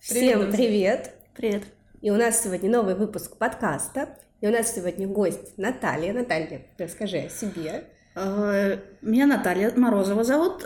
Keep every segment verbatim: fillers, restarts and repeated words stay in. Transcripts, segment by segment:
Всем привет! Привет! И у нас сегодня новый выпуск подкаста. И у нас сегодня гость Наталья. Наталья, расскажи о себе. Меня Наталья Морозова зовут.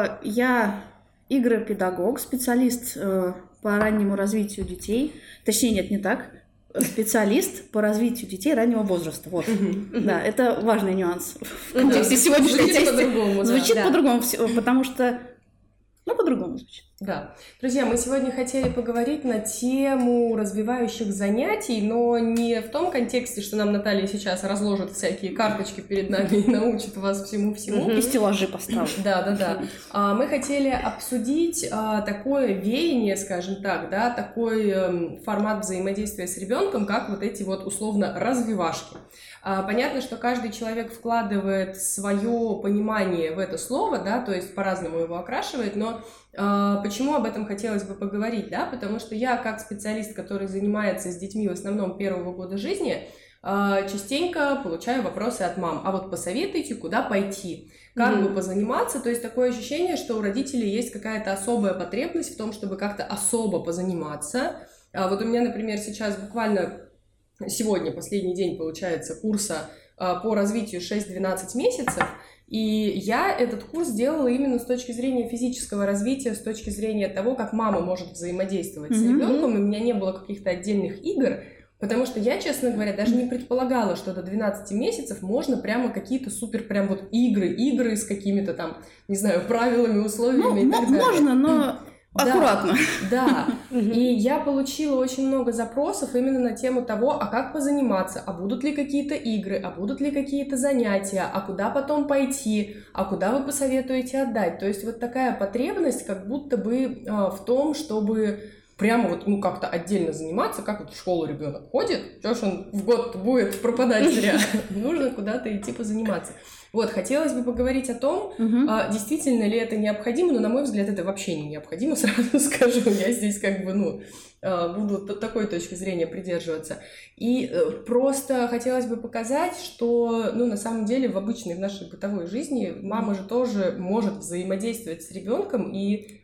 Я игропедагог, специалист по раннему развитию детей. Точнее, нет, не так. Специалист по развитию детей раннего возраста. Вот. Да, это важный нюанс в контексте сегодняшней части. Звучит по-другому. Звучит по-другому, потому что Ну, по-другому звучит. Да. Друзья, мы сегодня хотели поговорить на тему развивающих занятий, но не в том контексте, что нам Наталья сейчас разложит всякие карточки перед нами и научит вас всему-всему. И стеллажи поставит. Да, да, да. А, мы хотели обсудить а, такое веяние, скажем так, да, такой а, формат взаимодействия с ребенком, как вот эти вот условно развивашки. Понятно, что каждый человек вкладывает свое понимание в это слово, да, то есть по-разному его окрашивает, но э, почему об этом хотелось бы поговорить, да, потому что я как специалист, который занимается с детьми в основном первого года жизни, э, частенько получаю вопросы от мам, а вот посоветуйте, куда пойти, как mm-hmm. бы позаниматься, то есть такое ощущение, что у родителей есть какая-то особая потребность в том, чтобы как-то особо позаниматься. А вот у меня, например, сейчас буквально... Сегодня последний день, получается, курса по развитию шесть-двенадцать месяцев, и я этот курс делала именно с точки зрения физического развития, с точки зрения того, как мама может взаимодействовать mm-hmm. с ребенком, и у меня не было каких-то отдельных игр, потому что я, честно говоря, даже не предполагала, что до двенадцати месяцев можно прямо какие-то супер прям вот игры, игры с какими-то там, не знаю, правилами, условиями ну, и так далее. Можно, но... Аккуратно. Да, да. И я получила очень много запросов именно на тему того, а как позаниматься, а будут ли какие-то игры, а будут ли какие-то занятия, а куда потом пойти, а куда вы посоветуете отдать. То есть вот такая потребность как будто бы э, в том, чтобы прямо вот ну как-то отдельно заниматься, как вот в школу ребенок ходит, что ж он в год будет пропадать зря, нужно куда-то идти позаниматься. Вот, хотелось бы поговорить о том, uh-huh. а, действительно ли это необходимо, но, на мой взгляд, это вообще не необходимо, сразу скажу, я здесь как бы, ну, буду такой точки зрения придерживаться. И просто хотелось бы показать, что, ну, на самом деле, в обычной, в нашей бытовой жизни мама же тоже может взаимодействовать с ребенком, и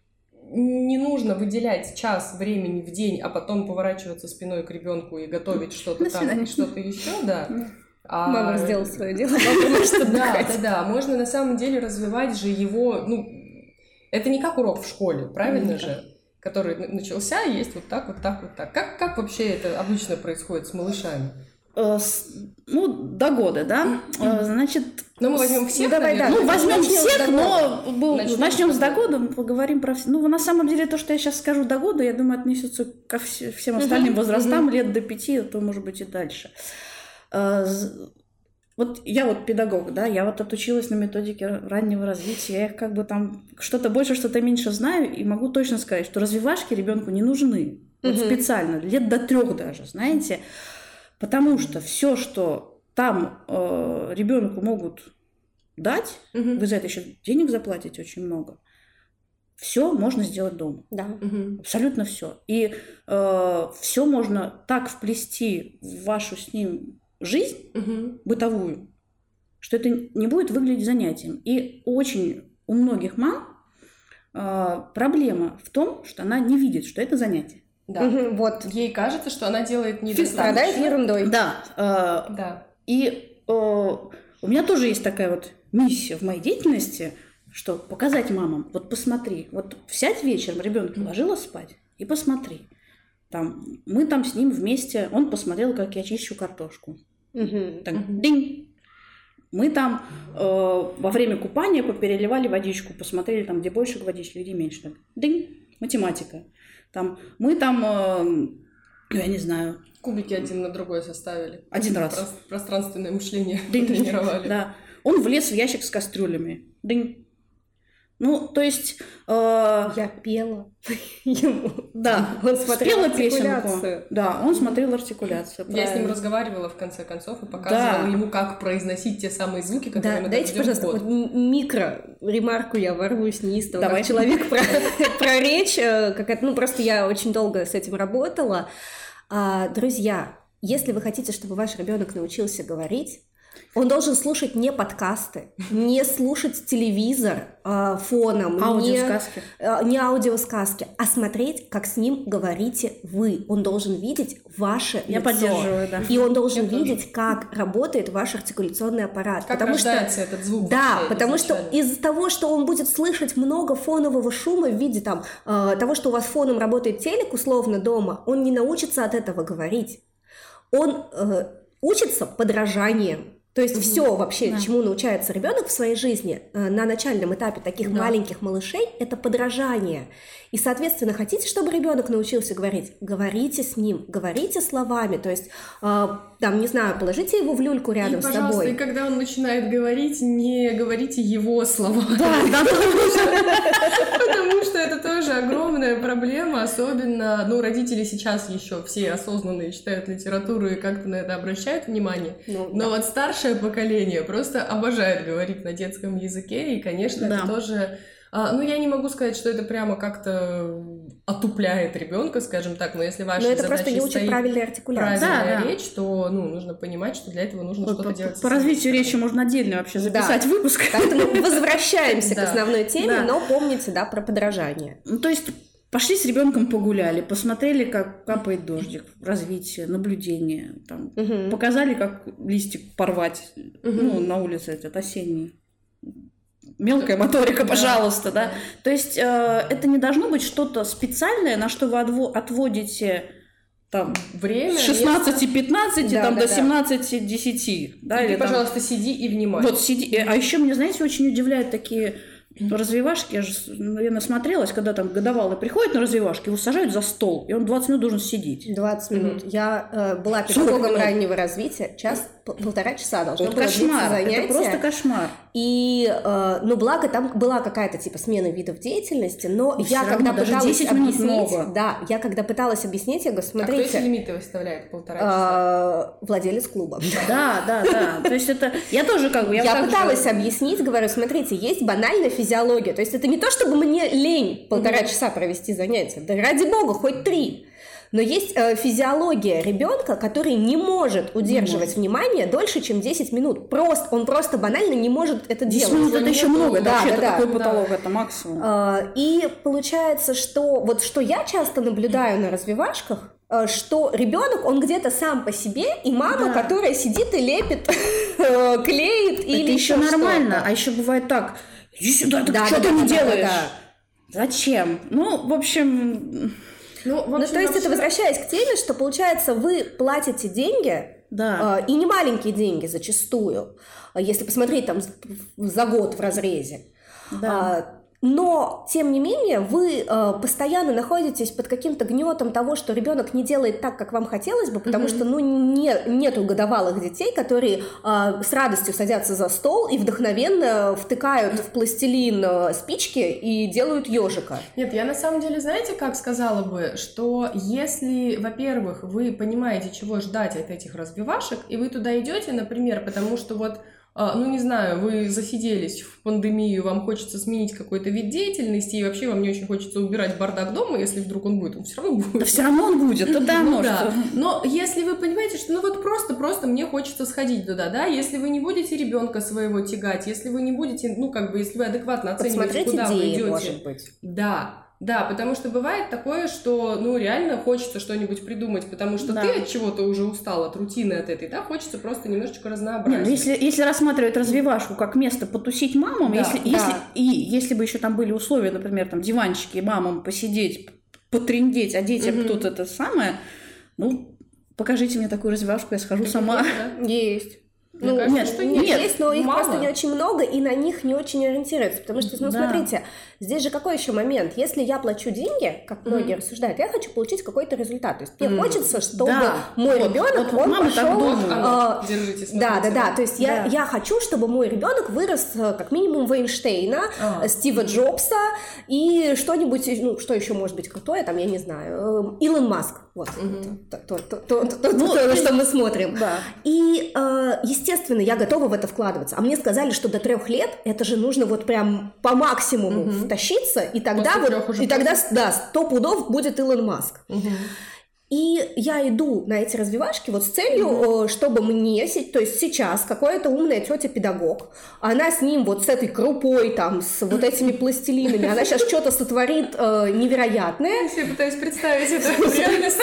не нужно выделять час времени в день, а потом поворачиваться спиной к ребенку и готовить что-то там, что-то еще, да. А... Мама сделала свое дело. Да, да, да. Можно на самом деле развивать же его, ну, это не как урок в школе, правильно же? Который начался, есть вот так, вот так, вот так. Как, как вообще это обычно происходит с малышами? Ну, до года, да? Значит... Ну, мы возьмем всех, давай, да. Ну, возьмем всех, но начнем, начнем с до года, поговорим про все. Ну, на самом деле, то, что я сейчас скажу до года, я думаю, отнесется ко всем остальным возрастам, лет до пяти, то, может быть, и дальше. Вот я вот педагог, да, я вот отучилась на методике раннего развития, я их как бы там что-то больше, что-то меньше знаю, и могу точно сказать, что развивашки ребенку не нужны, вот uh-huh. специально, лет до трех даже, знаете, потому что все, что там э, ребенку могут дать, uh-huh. вы за это еще денег заплатите очень много, все можно сделать дома. Да. Uh-huh. Абсолютно все. И э, все можно так вплести в вашу с ним жизнь uh-huh. бытовую, что это не будет выглядеть занятием. И очень у многих мам э, проблема в том, что она не видит, что это занятие. Да. Uh-huh. Вот. Ей кажется, что она делает недостаточно. Страдает ерундой. Да. Э, да. И э, у меня тоже есть такая вот миссия в моей деятельности, что показать мамам, вот посмотри, вот сядь вечером, ребенка ложила спать и посмотри. Там, мы там с ним вместе, он посмотрел, как я чищу картошку. Uh-huh. Так, uh-huh. динь. Мы там э, во время купания попереливали водичку, посмотрели, там, где больше водички, где меньше. Так, динь. Математика. Там, мы там, э, я не знаю... Кубики один на другой составили. Один раз. Про- пространственное мышление тренировали. Да. Он влез в ящик с кастрюлями. Динь. Ну, то есть... Э... Я пела ему. Да, он смотрел артикуляцию. Да, он смотрел артикуляцию. Я правильно. С ним разговаривала, в конце концов, и показывала да. ему, как произносить те самые звуки, которые да, мы дайте, пожалуйста, вот микро-ремарку я ворвусь неистово, Давай. Как человек про, про речь. Как, ну, просто я очень долго с этим работала. А, друзья, если вы хотите, чтобы ваш ребенок научился говорить, Он должен слушать не подкасты, не слушать телевизор э, фоном, аудиосказки. Не, э, не аудиосказки, а смотреть, как с ним говорите вы. Он должен видеть ваше Я лицо. поддерживаю, да. И он должен Я видеть, тоже. как работает ваш артикуляционный аппарат. Как потому рождается что, этот звук. Да, вообще потому изначально. что из-за того, что он будет слышать много фонового шума в виде там, э, того, что у вас фоном работает телек условно дома, он не научится от этого говорить. Он э, учится подражанием. То есть угу. все вообще, да. чему научается ребенок в своей жизни э, на начальном этапе таких да. маленьких малышей, это подражание. И, соответственно, хотите, чтобы ребенок научился говорить? Говорите с ним, говорите словами. То есть, э, там, не знаю, положите его в люльку рядом и, с пожалуйста, собой. И когда он начинает говорить, не говорите его слова. Да, да, потому что это тоже огромная проблема, особенно, ну, родители сейчас еще все осознанные читают литературу и как-то на это обращают внимание. Ну, Но да. вот старшее поколение просто обожает говорить на детском языке, и, конечно, да. это тоже... А, ну, я не могу сказать, что это прямо как-то отупляет ребенка, скажем так, но если ваша но это задача просто не учит правильной артикуляции. правильная да, речь, да. то ну, нужно понимать, что для этого нужно вот что-то по, делать. По, по развитию речи можно отдельно вообще записать да. выпуск. Поэтому возвращаемся к Да. основной теме, Да. но помните, да, про подражание. Ну, то есть пошли с ребенком погуляли, посмотрели, как капает дождик, развитие, наблюдение, там, Угу. показали, как листик порвать, Угу. ну, на улице этот осенний. Мелкая моторика, Да. пожалуйста, да. Да. То есть э, это не должно быть что-то специальное, на что вы отво- отводите там Время, с шестнадцати пятнадцати Да, там, да, до да. семнадцати десяти. Да, И или ты, там- пожалуйста, сиди и внимай. Вот сиди. А еще меня, знаете, очень удивляют такие развивашки. Я же, наверное, смотрелась, когда там годовалый приходит на развивашки, его сажают за стол, и он двадцать минут должен сидеть. двадцать минут. Мгм. Я э, была сорок педагогом минут. раннего развития, час, пол- полтора часа должно Это было длиться кошмар, занятие. это просто кошмар. И, э, ну, благо, там была какая-то, типа, смена видов деятельности, но Но я, всё когда равно, даже пыталась десять минут объяснить... много. Да, я когда пыталась объяснить, я говорю, А кто эти смотрите, лимиты выставляет полтора часа? э, владелец клуба. Да, да, да. То есть это... Я тоже как бы... Я, Я, так же- пыталась объяснить, говорю, смотрите, есть банальная физиология. То есть это не то, чтобы мне лень полтора часа провести занятия. Да ради бога, хоть три. Но есть э, физиология ребенка, который не может удерживать внимание дольше, чем десять минут. Просто, он просто банально не может это десять делать. минут это еще много, Да, да, вообще да, да. такой потолок, это максимум. Э, И получается, что вот что я часто наблюдаю на развивашках, э, что ребенок, он где-то сам по себе, и мама, Да. которая сидит и лепит, э, клеит или Это еще еще нормально, что-то. а еще бывает так. Иди сюда, ты Да, что да, ты да, не да, да, делаешь? да. Зачем? Ну, в общем, Ну, в Ну, общем, то есть вообще- это возвращаясь к теме, что получается вы платите деньги, да. э, и не маленькие деньги зачастую, э, если посмотреть там за- за год в разрезе. Да. А, Но, тем не менее, вы э, постоянно находитесь под каким-то гнетом того, что ребенок не делает так, как вам хотелось бы, потому Мгм. что ну, не, нету годовалых детей, которые э, с радостью садятся за стол и вдохновенно втыкают в пластилин э, спички и делают ежика. Нет, я на самом деле, знаете, как сказала бы, что если, во-первых, вы понимаете, чего ждать от этих развивашек, и вы туда идете, например, потому что вот, а, ну не знаю, вы засиделись в пандемию, вам хочется сменить какой-то вид деятельности, и вообще вам не очень хочется убирать бардак дома, если вдруг он будет, он все равно будет. Да все равно он будет, это да, Ну может. да. Но если вы понимаете, что ну вот просто-просто мне хочется сходить туда, да, если вы не будете ребенка своего тягать, если вы не будете, ну как бы, если вы адекватно оцениваете, Подсмотреть куда вы идеи, идете. может быть. Да, да, потому что бывает такое, что, ну, реально хочется что-нибудь придумать, потому что Да. ты от чего-то уже устал, от рутины от этой, да, хочется просто немножечко Не, разнообразить. ну если, если рассматривать развивашку как место потусить мамам, Да, если, да. если, и если бы еще там были условия, например, там диванчики, мамам посидеть, потрындеть, а детям Мгм. тут это самое, ну, покажите мне такую развивашку, я схожу Так сама. вот, да. Есть. Мне Ну, кажется, нет, что Нет, нет. есть, но их Мало. просто не очень много, и на них не очень ориентируются. Потому что, ну, Да. смотрите, здесь же какой еще момент? Если я плачу деньги, как Мгм. многие рассуждают, я хочу получить какой-то результат. То есть мне Мгм. хочется, чтобы Да. мой Вот, ребенок, вот, вот он мамы так пошел... думают. Вот оно, а, держите, Да, да, смотрите. да. То есть я, Да. я хочу, чтобы мой ребенок вырос э, как минимум в Эйнштейна, А. э, Стива Джобса и что-нибудь, ну, что еще может быть крутое, там, я не знаю, э, Илон Маск. Вот, Мгм. то, то, то, то, то, Ну, то, на что мы смотрим. Да. И, э, естественно, я готова в это вкладываться. А мне сказали, что до трех лет это же нужно вот прям по максимуму Мгм. втащиться, и тогда После вот, трёх уже и тогда, да, сто пудов будет Илон Маск. Мгм. И я иду на эти развивашки вот с целью, mm-hmm. чтобы мне, то есть сейчас какая-то умная тетя-педагог, она с ним вот с этой крупой, там, с вот этими пластилинами, она сейчас что-то сотворит э, невероятное. Я себе пытаюсь представить это в реальности.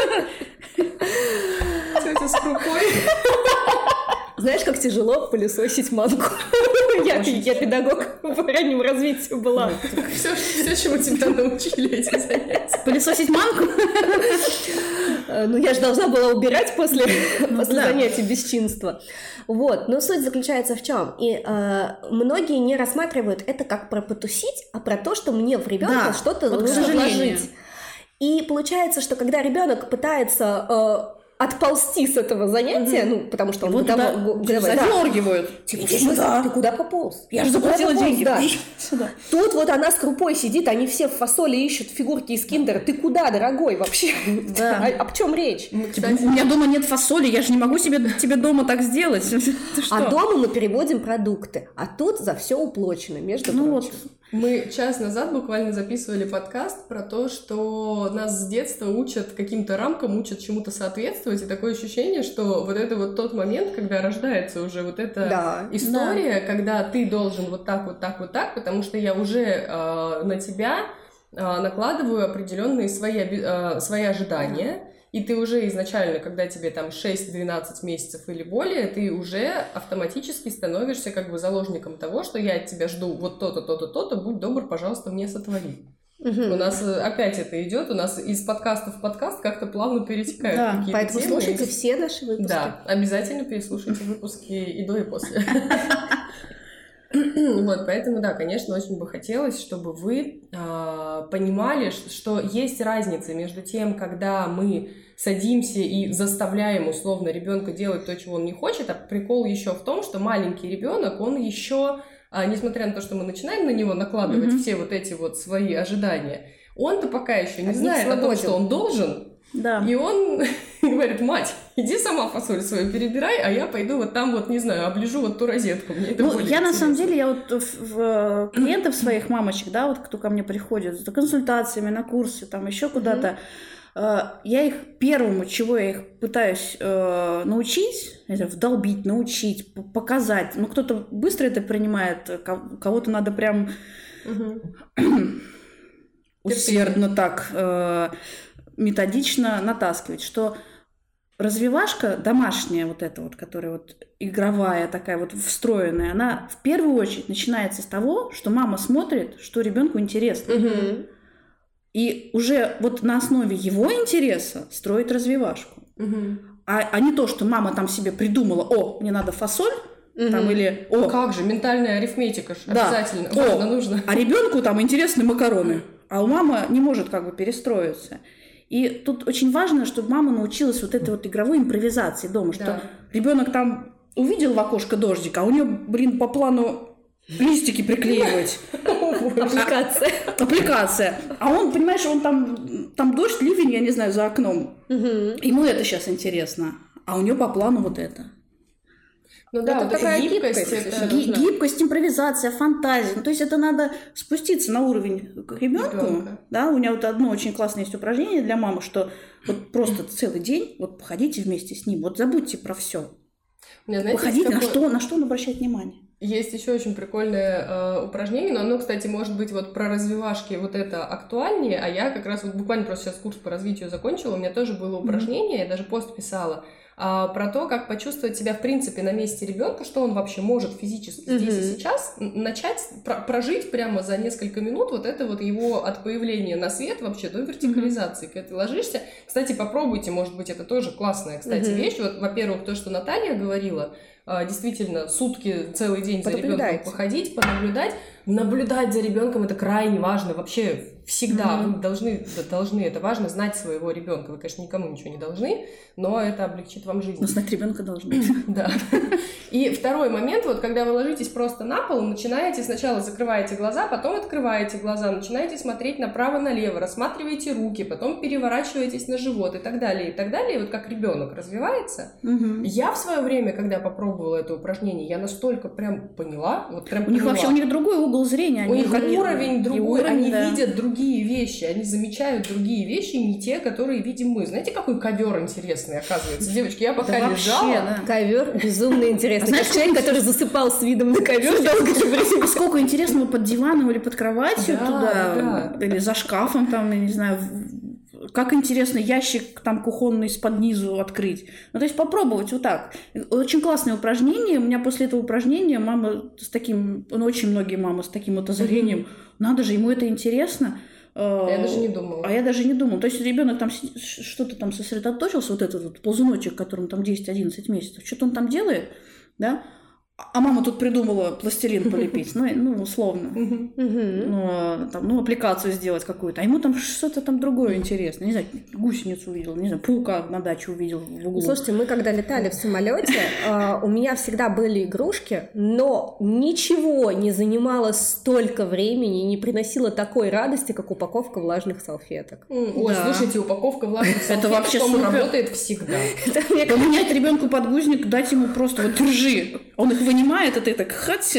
Тетя с крупой. Знаешь, как тяжело пылесосить манку? Я, я педагог в раннем развитии была. Все, все, чему тебя научили эти занятия. Пылесосить манку? Ну, я же должна была убирать после, после да. занятий бесчинства. Вот, но суть заключается в чем? И э, многие не рассматривают это как про потусить, а про то, что мне в ребенка да, что-то вот нужно вложить. И получается, что когда ребенок пытается... Э, отползти с этого занятия, угу. ну, потому что он вот туда задергивают. Да. Типа, сюда. Ты куда пополз? Я же заплатила деньги. Да. Тут вот она с крупой сидит, они все в фасоли ищут фигурки из киндера. Ты куда, дорогой, вообще? Да. А, об чем речь? Ну, кстати, у меня дома нет фасоли, я же не могу себе, тебе дома так сделать. А дома мы переводим продукты, а тут за все уплочено, между ну прочим. Вот. Мы час назад буквально записывали подкаст про то, что нас с детства учат каким-то рамкам, учат чему-то соответствовать, и такое ощущение, что вот это вот тот момент, когда рождается уже вот эта да, история, да. когда ты должен вот так, вот так, вот так, потому что я уже э, на тебя э, накладываю определенные свои, э, свои ожидания. И ты уже изначально, когда тебе там шесть-двенадцать месяцев или более, ты уже автоматически становишься как бы заложником того, что я от тебя жду вот то-то, то-то, то-то, будь добр, пожалуйста, мне сотвори. Угу. У нас опять это идет, у нас из подкаста в подкаст как-то плавно перетекают да, какие-то поэтому темы. Слушайте все наши выпуски. Да, обязательно переслушайте выпуски и до, и после. Вот, поэтому, да, конечно, очень бы хотелось, чтобы вы э, понимали, что есть разница между тем, когда мы садимся и заставляем условно ребенка делать то, чего он не хочет, а прикол еще в том, что маленький ребенок, он еще, э, несмотря на то, что мы начинаем на него накладывать mm-hmm. все вот эти вот свои ожидания, он-то пока еще не От знает о том, что он должен. Да. И он говорит: мать, иди сама фасоль свою перебирай, а я пойду вот там вот, не знаю, оближу вот ту розетку. Мне это ну, более я интересно. На самом деле, я вот в, в клиентов своих мамочек, да, вот кто ко мне приходит за консультациями, на курсы, там еще куда-то, mm-hmm. э, я их первому, чего я их пытаюсь э, научить, это вдолбить, научить, показать. Ну, кто-то быстро это принимает, кого-то надо прям mm-hmm. усердно так... Э, методично натаскивать, что развивашка домашняя вот эта вот, которая вот игровая такая вот встроенная, она в первую очередь начинается с того, что мама смотрит, что ребенку интересно. Угу. И уже вот на основе его интереса строит развивашку. Угу. А, а не то, что мама там себе придумала: о, мне надо фасоль, угу. там, или о. Как же, ментальная арифметика ж, да. обязательно. О, важно, нужно. А ребенку там интересны макароны, а у мамы не может как бы перестроиться. И тут очень важно, чтобы мама научилась вот этой вот игровой импровизации дома, что да. ребенок там увидел в окошко дождик, а у него, блин, по плану листики приклеивать. Аппликация. Аппликация. А он, понимаешь, он там, там дождь, ливень, я не знаю, за окном. Ему это сейчас интересно, а у него по плану вот это. Ну да, это вот такая гибкость, гибкость, это Ги- гибкость, импровизация, фантазия. Ну, то есть это надо спуститься на уровень к ребенку. Да? У меня вот одно очень классное есть упражнение для мамы, что вот просто целый день вот походите вместе с ним, вот забудьте про все. Походите, на, что, на что он обращает внимание. Есть еще очень прикольное э, упражнение, но оно, кстати, может быть вот про развивашки вот это актуальнее, а я как раз вот буквально просто сейчас курс по развитию закончила, у меня тоже было упражнение, mm-hmm. я даже пост писала, а, про то, как почувствовать себя в принципе на месте ребенка, что он вообще может физически здесь mm-hmm. и сейчас, начать про- прожить прямо за несколько минут вот это вот его от появления на свет вообще до вертикализации. Mm-hmm. Когда ты ложишься, кстати, попробуйте, может быть, это тоже классная, кстати, mm-hmm. вещь. Вот, во-первых, то, что Наталья говорила, действительно, сутки, целый день за ребенком походить, понаблюдать. Наблюдать за ребенком — это крайне важно. Вообще всегда mm-hmm. вы должны, должны, это важно, знать своего ребенка. Вы, конечно, никому ничего не должны, но это облегчит вам жизнь. Но знать ребенка должны. Да. И второй момент, вот когда вы ложитесь просто на пол, начинаете, сначала закрываете глаза, потом открываете глаза, начинаете смотреть направо-налево, рассматриваете руки, потом переворачиваетесь на живот и так далее, и так далее. И вот как ребенок развивается. Mm-hmm. Я в свое время, когда попробовала это упражнение, я настолько прям поняла, вот прям У них поняла. вообще у них другой угол угол зрения. У они них как- уровень и другой, уровень, они да. видят другие вещи, они замечают другие вещи, не те, которые видим мы. Знаете, какой ковер интересный, оказывается? Девочки, я пока Да вообще, лежала, да. Ковер безумно интересный. А знаешь, Как человек, который засыпал с видом на ковер, долго Сколько интересного под диваном или под кроватью Да, туда, да. или за шкафом, там, я не знаю, в- как интересно ящик там кухонный с-под низу открыть. Ну, то есть попробовать вот так. Очень классное упражнение. У меня после этого упражнения мама с таким, ну, очень многие мамы с таким вот озарением, надо же, ему это интересно. я даже не думала. А я даже не думала. То есть ребенок там си- что-то там сосредоточился, вот этот вот ползуночек, которому там десять-одиннадцать месяцев, что-то он там делает, да? А мама тут придумала пластилин полепить, ну, ну условно. Ну, там, ну, аппликацию сделать какую-то. А ему там что-то там другое интересное. Не знаю, гусеницу увидел, не знаю, паука на даче увидел в углу. Слушайте, мы когда летали в самолете, у меня всегда были игрушки, но ничего не занимало столько времени и не приносило такой радости, как упаковка влажных салфеток. М, Ой, Да. слушайте, упаковка влажных салфеток, вообще по-моему, супер. работает всегда. Поменять ребенку подгузник, дать ему просто вот держи. Он их вынимает, а ты так хать.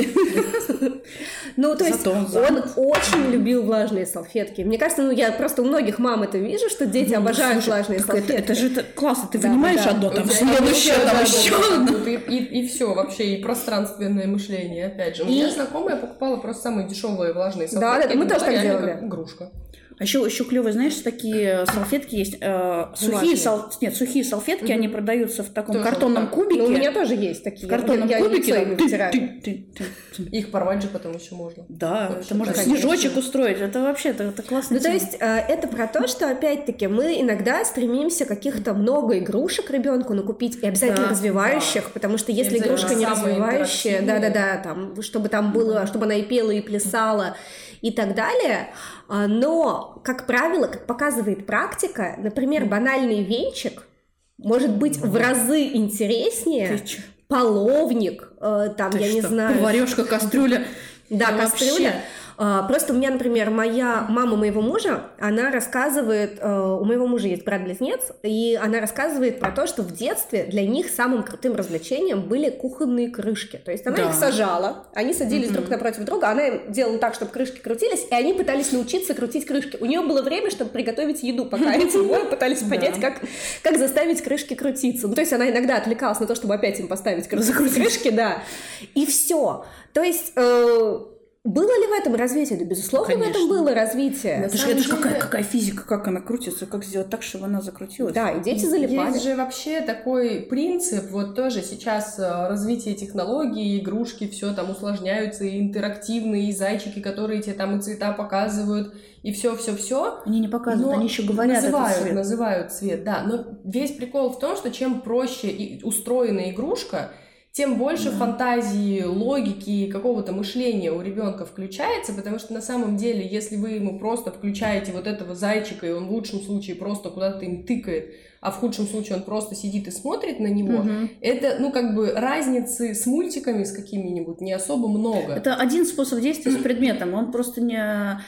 Ну, то есть Зато он он занят. очень любил влажные салфетки. Мне кажется, ну, я просто у многих мам это вижу, что дети обожают Слушай, влажные так это, салфетки. это же это классно. Ты Да, вынимаешь да. одно, там У тебя следующее, еще, там да, еще да, одно. да. И, и, все вообще, и пространственное мышление, опять же. У меня знакомая покупала просто самые дешевые влажные салфетки. Да, да, мы Это тоже была так реально делали. как игрушка. А еще, еще клевые, знаешь, такие салфетки есть. э, сухие, Бумажные. сал... Нет, сухие салфетки, они продаются в таком Тоже картонном вот так. кубике. Ну, у меня тоже есть такие. В картонном я, кубике. Я там, ими ты- вытираю. ты- ты- ты- ты. Их порвать же потом еще можно. Да, Вообще, это можно конечно. снежочек устроить. Это вообще, это, это классно. Ну, то есть, э, это про то, что, опять-таки, мы иногда стремимся каких-то много игрушек ребенку накупить, и обязательно Да, развивающих, потому что если обязательно игрушка не самые развивающая, интерактивные. да-да-да, там, чтобы там было, чтобы она и пела, и плясала, и так далее, а, но, как правило, как показывает практика, например, банальный венчик может быть в разы интереснее, Ты чё? половник, э, там, Ты я не что, знаю... поварёшка, кастрюля. Да, Да кастрюля. вообще. А, Просто у меня, например, моя мама моего мужа, она рассказывает, э, у моего мужа есть брат-близнец, и она рассказывает про то, что в детстве для них самым крутым развлечением были кухонные крышки. То есть она Да. их сажала, они садились друг напротив друга, она им делала так, чтобы крышки крутились, и они пытались научиться крутить крышки. У нее было время, чтобы приготовить еду, пока эти двое пытались понять, как, как заставить крышки крутиться. Ну, то есть она иногда отвлекалась на то, чтобы опять им поставить кры- крышки, да, и все. То есть... э, Было ли в этом развитие? Да, безусловно, в этом Конечно. было развитие. На Это же самом это ж какая, деле- какая физика, как она крутится, как сделать так, чтобы она закрутилась. Да, и дети залипали. Есть же вообще такой принцип, вот тоже сейчас э, развитие технологий, игрушки, все там усложняются, и интерактивные, и зайчики, которые тебе там и цвета показывают, и все-все-все. Они не показывают, Но они еще говорят называют, этот цвет. называют цвет, да. Но весь прикол в том, что чем проще и устроена игрушка, тем больше фантазии, логики и какого-то мышления у ребенка включается, потому что на самом деле, если вы ему просто включаете вот этого зайчика, и он в лучшем случае просто куда-то им тыкает, а в худшем случае он просто сидит и смотрит на него, Мгм. это, ну, как бы разницы с мультиками с какими-нибудь не особо много. Это один способ действия с предметом. Он просто не...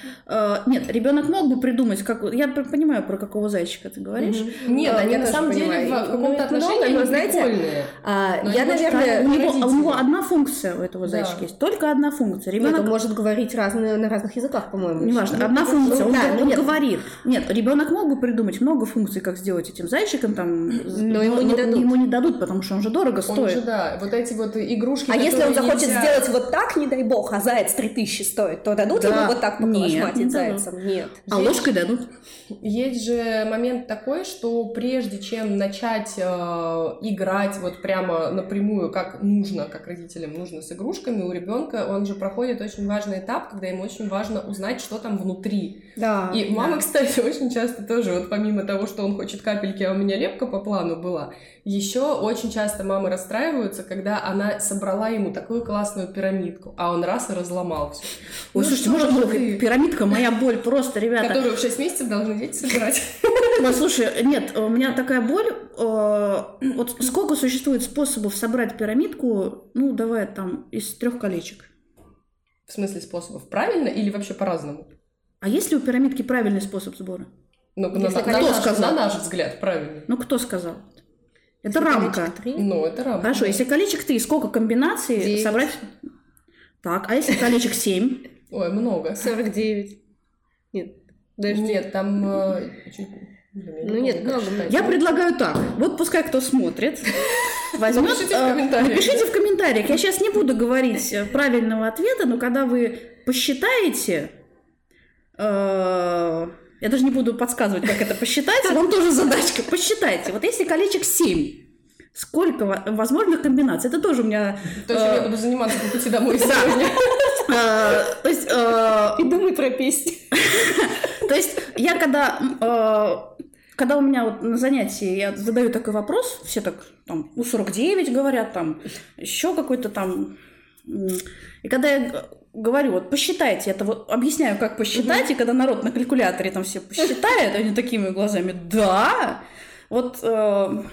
э, нет, ребенок мог бы придумать, как... Я пр- понимаю, про какого зайчика ты говоришь. Нет, А, они я на тоже самом деле понимаю. в, в Ну, каком-то их много, отношении но, они знаете, прикольные. А, Но я, они очень наверное, У него, родители. у него одна функция у этого Да. зайчика есть. Только одна функция. Нет, Ребенок... он может говорить разные, на разных языках, по-моему. Неважно, Ну, одна ну, функция, он, да, он ну, нет. говорит. Нет, ребенок мог бы придумать много функций, как сделать этим зайчиком, там, Но ему не дадут. Ему не дадут, потому что он же дорого Он стоит. же, да, вот эти вот игрушки, А если он которые захочет нельзя- сделать вот так, не дай бог, а заяц три тысячи стоит, то дадут Да. ему вот так Нет, поколошматить не дадут. зайцем? Нет. А Есть- ложкой дадут. Есть же момент такой, что прежде чем начать э, играть вот прямо напрямую, как нужно, как родителям нужно с игрушками, у ребенка он же проходит очень важный этап, когда ему очень важно узнать, что там внутри. Да. И мама, кстати, очень часто тоже, вот помимо того, что он хочет капельки, а у меня лепка по плану была, еще очень часто мамы расстраиваются, когда она собрала ему такую классную пирамидку, а он раз и разломал все. Ой, слушайте, может было пирамидка, моя боль просто, ребята. Которую в шесть месяцев должны дети собирать. Ой, слушай, нет, у меня такая боль. э, Вот сколько существует способов собрать пирамидку, ну, давай там, из трех колечек. В смысле способов? Правильно или вообще по-разному? А есть ли у пирамидки правильный способ сбора? Ну, на, Если на- на кто наш, сказал? на наш взгляд, правильно. Ну, кто сказал? Это Если рамка. колечек три. Ну, это рамка. Хорошо, если колечек три, сколько комбинаций Девять. собрать? Так, а если колечек семь? Ой, много. сорок девять. Нет, даже Нет, там... э, чуть... Блин, я не Ну помню, нет, как много. считать. Я предлагаю так. Вот пускай кто смотрит, возьмет... Напишите в э, комментариях. Напишите в комментариях. Я сейчас не буду говорить э, правильного ответа, но когда вы посчитаете... э, Я даже не буду подсказывать, как это посчитать. Вам тоже задачка. Посчитайте. Вот если колечек семь, сколько во- возможных комбинаций? Это тоже у меня... То, чем э, я буду заниматься по пути домой сегодня. э, То есть... э, И думай про песни. То есть я когда... э, Когда у меня вот на занятии я задаю такой вопрос, все так там у сорок девять говорят, там еще какой-то там... м, И когда я г- говорю, вот посчитайте, это вот объясняю, как посчитать, и когда народ на калькуляторе там все посчитает, они такими глазами, да, вот э,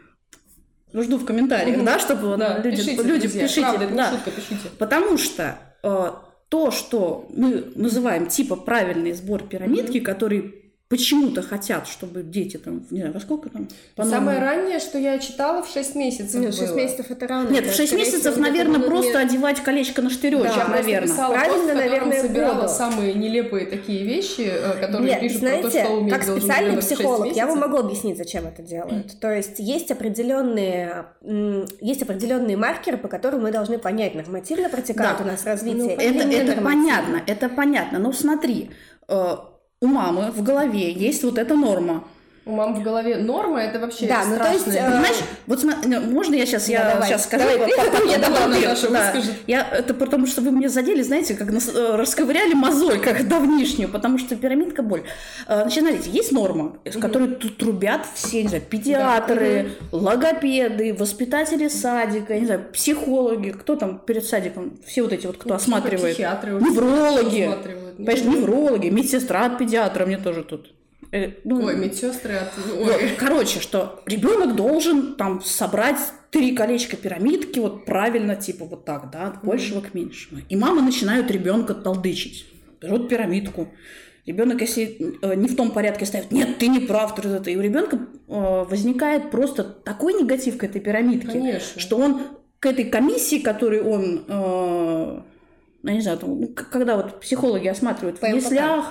жду в комментариях, Мгм. да, чтобы вот Да, люди, пишите, люди друзья. пишите, Правда, это не да. шутка, пишите. Потому что э, то, что мы называем типа правильный сбор пирамидки, который почему-то хотят, чтобы дети там, не знаю, во сколько там? по Самое нормам? раннее, что я читала, в шесть месяцев Нет, было. шесть месяцев это рано. Нет, это, в шесть скорее месяцев, всего, наверное, это будут просто не- одевать колечко на штыречек, Да, Я просто наверное. писала Правильно, пост, в котором наверное, собирала года. самые нелепые такие вещи, э, которые Нет, пишут знаете, про то, что уметь как должен специальный ребенок в шесть психолог, я вам месяцев. могу объяснить, зачем это делают. То есть есть определенные, м, есть определенные маркеры, по которым мы должны понять, нормативно протекает Да. у нас развитие. Ну, или Это, не это нормативно. понятно, это понятно. Но смотри, э, у мамы в голове есть вот эта норма. У мам в голове норма, это вообще Да, ну, то есть, страшная. э, Понимаешь, вот сма- ну, можно я сейчас, я Да, давай. сейчас скажу, Давай, по- ты, по- потом я потом добавлю, ты, Наташа да. выскажет. Я, это потому что вы мне задели, знаете, как нас э, расковыряли мозоль, как давнишнюю, потому что пирамидка боль. Э, Значит, смотрите, есть норма, с которой тут трубят все, не знаю, педиатры, логопеды, воспитатели садика, я не знаю, психологи, кто там перед садиком, все вот эти вот, кто осматривает. Психиатры Неврологи. осматривают. Понимаешь, неврологи, медсестра от педиатра мне тоже тут. Э, ну, Ой, медсестры от... вот, Ой. короче, что ребенок должен там собрать три колечка пирамидки, вот правильно, типа вот так, да, от большего к меньшему. И мама начинают ребенка толдычить. Берут пирамидку. Ребенок, если э, не в том порядке ставит, нет, ты не прав, ты это. И у ребенка э, возникает просто такой негатив к этой пирамидке, Конечно. что он к этой комиссии, которую он, э, ну, не знаю, там, ну, к- когда вот психологи осматривают в ПМК. яслях,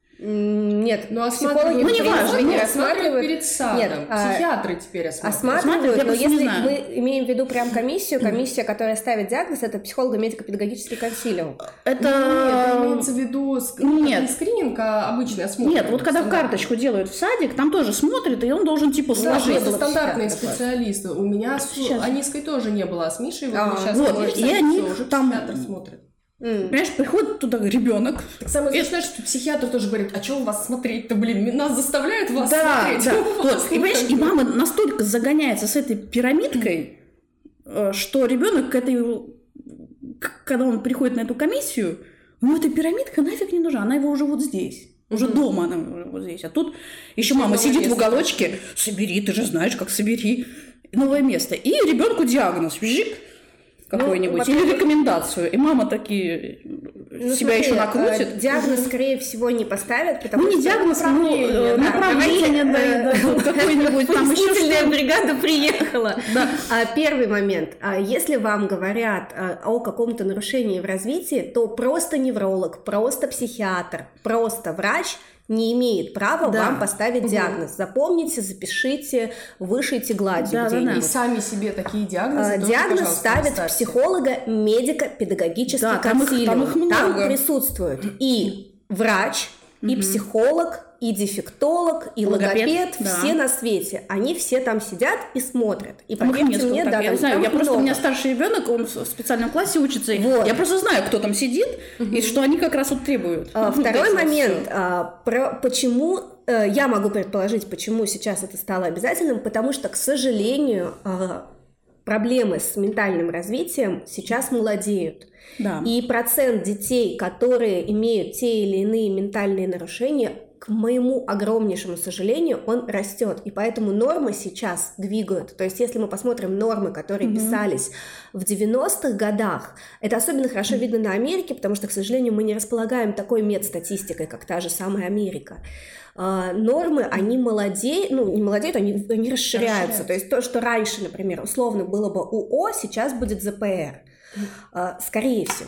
М, Нет, Ну, психологи осматривают, Ну, не перед важно, собой, нет, осматривают перед садом. Нет, а, Психиатры теперь осматривают. осматривают, я но просто не если знаю. мы имеем в виду прям комиссию, комиссия, которая ставит диагноз, это психолого-медико-педагогический консилиум. это... Нет, это имеется в виду ск- Нет. не скрининг, а обычный осмотр. Нет, вот когда в Стандартный. карточку делают в садик, там тоже смотрят, и он должен типа Да, сложить. это было стандартные психиатра. специалисты. У меня с Сейчас. Аниской тоже не было, а с Мишей вот А, мы сейчас вот, можем и садиться, они уже там- психиатр смотрит. М. Понимаешь, приходит туда ребенок. Так самое смешное, что психиатр тоже говорит, а что у вас смотреть-то, блин, нас заставляют вас Да, смотреть. да. У Вот. вас, И, ну, понимаешь, как и бы. мама настолько загоняется с этой пирамидкой, э, что ребенок к этой, к- когда он приходит на эту комиссию, ему эта пирамидка нафиг не нужна, она его уже вот здесь. Уже Мгм. дома она уже вот здесь. А тут еще Ещё мама новое сидит в место. уголочке, собери, ты же знаешь, как собери. Новое место. И ребенку диагноз. Вжик какой-нибудь. во-первых- Или рекомендацию. И мама такие Ну, себя смотри, еще э, накрутит. Диагноз, скорее всего, не поставят, потому Ну, не что... диагноз, ну, э, да, направление, давайте, да, э, да, вот какой-нибудь там еще Вычислительная что-то. бригада приехала. Да. А, Первый момент. А, Если вам говорят а, о каком-то нарушении в развитии, то просто невролог, просто психиатр, просто врач не имеет права Да. вам поставить Мгм. диагноз. Запомните, запишите, вышейте гладью Да, да, да. И где-нибудь. сами себе такие диагнозы А, тоже, Диагноз пожалуйста, ставит ставьте. психолого-медико-педагогический Да, там их- консилиум. там их много. присутствуют и врач, и психолог, и дефектолог, и Логопед, логопед, да. все на свете. Они все там сидят и смотрят. И Там их поверьте несколько, мне, так, да, я там, знаю, там я просто, у много. меня старший ребенок, он в в специальном классе учится, и Вот. я просто знаю, кто там сидит, и что они как раз вот требуют. А, Ну, Второй вот это момент, всё. а, про, почему, э, я могу предположить, почему сейчас это стало обязательным, потому что, к сожалению, а, проблемы с ментальным развитием сейчас молодеют. Да. И процент детей, которые имеют те или иные ментальные нарушения, к моему огромнейшему сожалению, он растет. И поэтому нормы сейчас двигают. То есть, если мы посмотрим нормы, которые Мгм. писались в девяностых годах, это особенно хорошо видно на Америке, потому что, к сожалению, мы не располагаем такой медстатистикой, как та же самая Америка. А, нормы, они молодеют, ну, не молодеют, они, они расширяются. Расширяются. То есть, то, что раньше, например, условно было бы УО, сейчас будет ЗПР. А, Скорее всего.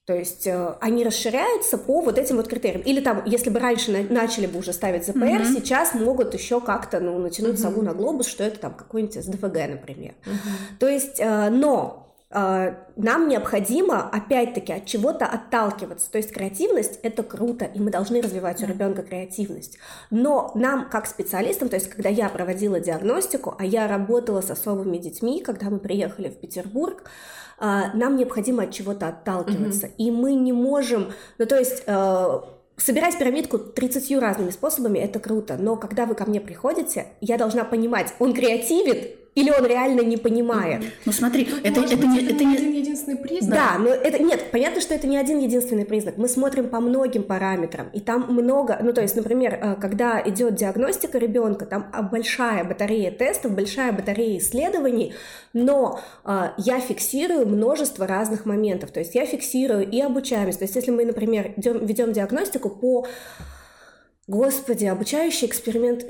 То есть э, они расширяются по вот этим вот критериям. Или там, если бы раньше на- начали бы уже ставить ЗПР, mm-hmm. сейчас могут еще как-то ну, натянуть mm-hmm. сову на глобус, что это там какой-нибудь СДФГ, например. Mm-hmm. То есть, э, но э, нам необходимо, опять-таки, от чего-то отталкиваться. То есть креативность — это круто, и мы должны развивать у ребенка креативность. Но нам, как специалистам, то есть когда я проводила диагностику, а я работала с особыми детьми, когда мы приехали в Петербург, нам необходимо от чего-то отталкиваться, mm-hmm. и мы не можем, ну то есть э, собирать пирамидку тридцатью разными способами — это круто, но когда вы ко мне приходите, я должна понимать, он креативит или он реально не понимает. Mm-hmm. Ну смотри, ну, это, это, быть, не, это, это не не один единственный признак. Да, но это нет, понятно, что это не один единственный признак. Мы смотрим по многим параметрам, и там много, ну то есть, например, когда идет диагностика ребенка, там большая батарея тестов, большая батарея исследований, но э, я фиксирую множество разных моментов. То есть я фиксирую и обучаемость. То есть если мы, например, идем, ведем диагностику по, господи, обучающий эксперимент.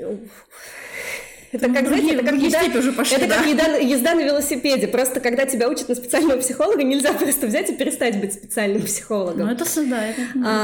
Это как, другие, знаете, это как, еда, уже пошли, это да? как еда, езда на велосипеде. Просто когда тебя учат на специального психолога, нельзя просто взять и перестать быть специальным психологом. Ну, это да. Это...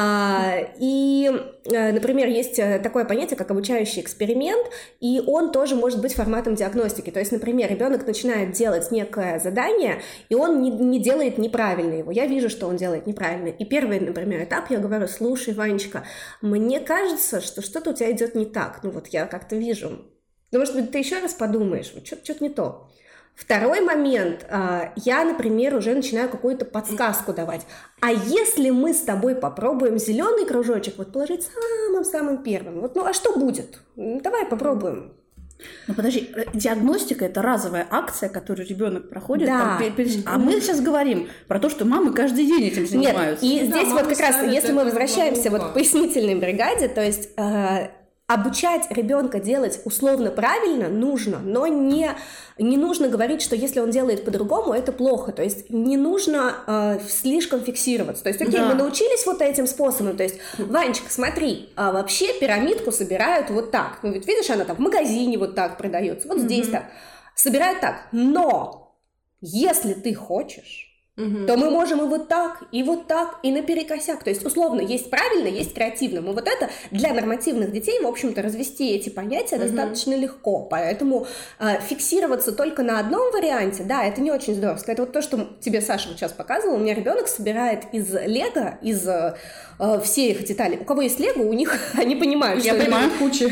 А, и, например, есть такое понятие, как обучающий эксперимент, и он тоже может быть форматом диагностики. То есть, например, ребенок начинает делать некое задание, и он не, не делает неправильно его. Я вижу, что он делает неправильно. И первый, например, этап, я говорю: слушай, Ванечка, мне кажется, что что-то у тебя идет не так. Ну вот я как-то вижу. Ну, может быть, ты еще раз подумаешь, вот что-то, что-то не то. Второй момент, я, например, уже начинаю какую-то подсказку давать. А если мы с тобой попробуем зеленый кружочек вот положить самым-самым первым, вот, ну, а что будет? Давай попробуем. Ну подожди, диагностика — это разовая акция, которую ребенок проходит. Да. Там, а мы сейчас говорим про то, что мамы каждый день этим занимаются. Нет, и да, здесь вот как раз, если мы возвращаемся вот к пояснительной бригаде, то есть э, обучать ребенка делать условно правильно нужно, но не, не нужно говорить, что если он делает по-другому, это плохо. То есть не нужно э, слишком фиксироваться. То есть, окей, да. мы научились вот этим способом. То есть, Ванечка, смотри, а вообще пирамидку собирают вот так. Ну, ведь видишь, она там в магазине вот так продается, вот mm-hmm. здесь так. Собирают так. Но если ты хочешь, угу. то мы можем и вот так, и вот так, и наперекосяк. То есть, условно, есть правильно, есть креативно. Мы вот это для нормативных детей, в общем-то, развести эти понятия угу. достаточно легко. Поэтому э, фиксироваться только на одном варианте, да, это не очень здорово. Это вот то, что тебе Саша вот сейчас показывала. У меня ребенок собирает из лего, из э, все их детали. У кого есть лего, у них они понимают, Я что понимаю, куча.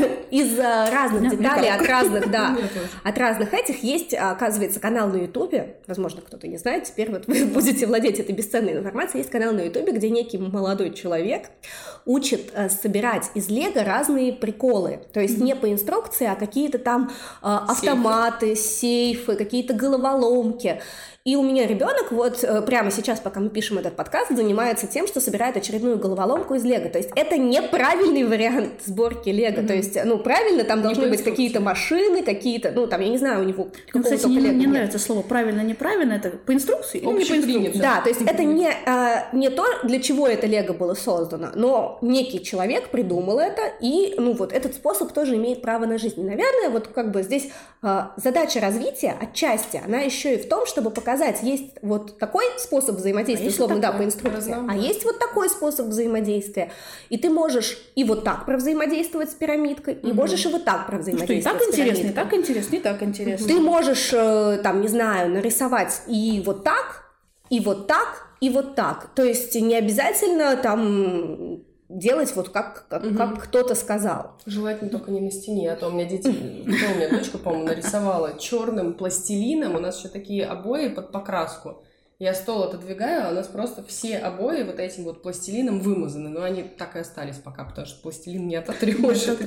Из разных деталей, от разных, да, от разных этих есть, оказывается, канал на Ютубе. Возможно, кто-то не знает, теперь вот вы будете владеть этой бесценной информацией. Есть канал на Ютубе, где некий молодой человек учит э, собирать из лего разные приколы. То есть mm-hmm. не по инструкции, а какие-то там э, автоматы, сейфы, сейфы какие-то головоломки. И у меня ребенок вот э, прямо сейчас, пока мы пишем этот подкаст, занимается тем, что собирает очередную головоломку из лего. То есть это неправильный вариант сборки лего. Mm-hmm. То есть, ну, правильно, там не должны быть какие-то машины, какие-то, ну, там, я не знаю, у него ну, кстати, мне не нравится слово правильно-неправильно, это по инструкции или не по инструкции? Да, то есть это не, э, не то, для чего это лего было создано, но некий человек придумал это, и, ну, вот этот способ тоже имеет право на жизнь. И, наверное, вот как бы здесь э, задача развития отчасти, она еще и в том, чтобы показать, есть вот такой способ взаимодействия, а условно, да, по инструкции, а есть вот такой способ взаимодействия. И ты можешь и вот так провзаимодействовать с пирамидкой, и угу. можешь и вот так провзаимодействовать ну, что, и так с интересно, и так интересно, и так интересно. Ты можешь, там, не знаю, нарисовать и вот так, и вот так, и вот так. То есть не обязательно там делать вот как, как, угу. как кто-то сказал. Желательно только не на стене, а то у меня дети, у меня дочка, по-моему, нарисовала черным пластилином, у нас еще такие обои под покраску. Я стол отодвигаю, а у нас просто все обои вот этим вот пластилином вымазаны, но они так и остались пока, потому что пластилин не ототрешь.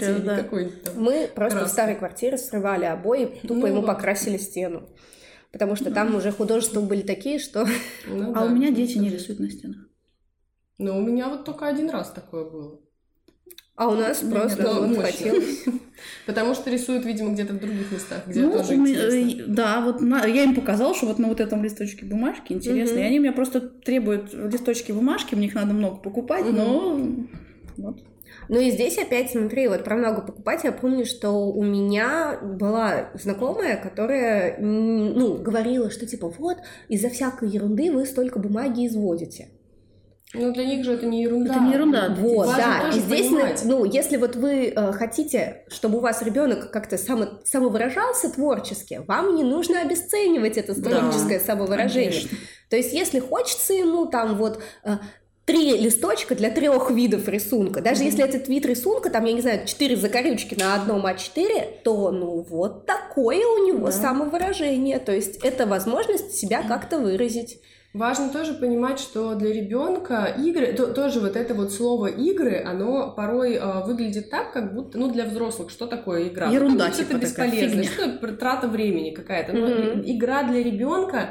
Мы просто в старой квартире срывали обои, тупо ему покрасили стену. Потому что там уже художества были такие, что... А у меня дети не рисуют на стенах. Ну, у меня вот только один раз такое было. А у нас ну, просто да, вот хотелось. Потому что рисуют, видимо, где-то в других местах, где ну, тоже интересно. Да, вот на, я им показала, что вот на вот этом листочке бумажки интересно. Mm-hmm. И они у меня просто требуют листочки бумажки, мне их надо много покупать, mm-hmm. но... Вот. Ну и здесь опять, смотри, вот про много покупать, я помню, что у меня была знакомая, которая, ну, говорила, что типа вот, из-за всякой ерунды вы столько бумаги изводите. Ну, для них же это не ерунда. Это не ерунда. Вот, да. И здесь, понимать. ну, если вот вы э, хотите, чтобы у вас ребенок как-то само, самовыражался творчески, вам не нужно обесценивать это творческое да, самовыражение. Конечно. То есть, если хочется ему там вот э, три листочка для трех видов рисунка, даже mm-hmm. если этот вид рисунка, там, я не знаю, четыре закорючки на одном а четыре, то, ну, вот такое у него да. самовыражение. То есть, это возможность себя как-то выразить. Важно тоже понимать, что для ребенка игры, то, тоже вот это вот слово игры, оно порой э, выглядит так, как будто, ну, для взрослых, что такое игра? Ерунда, ну, типа это бесполезно, что трата времени какая-то. Но mm-hmm. игра для ребенка,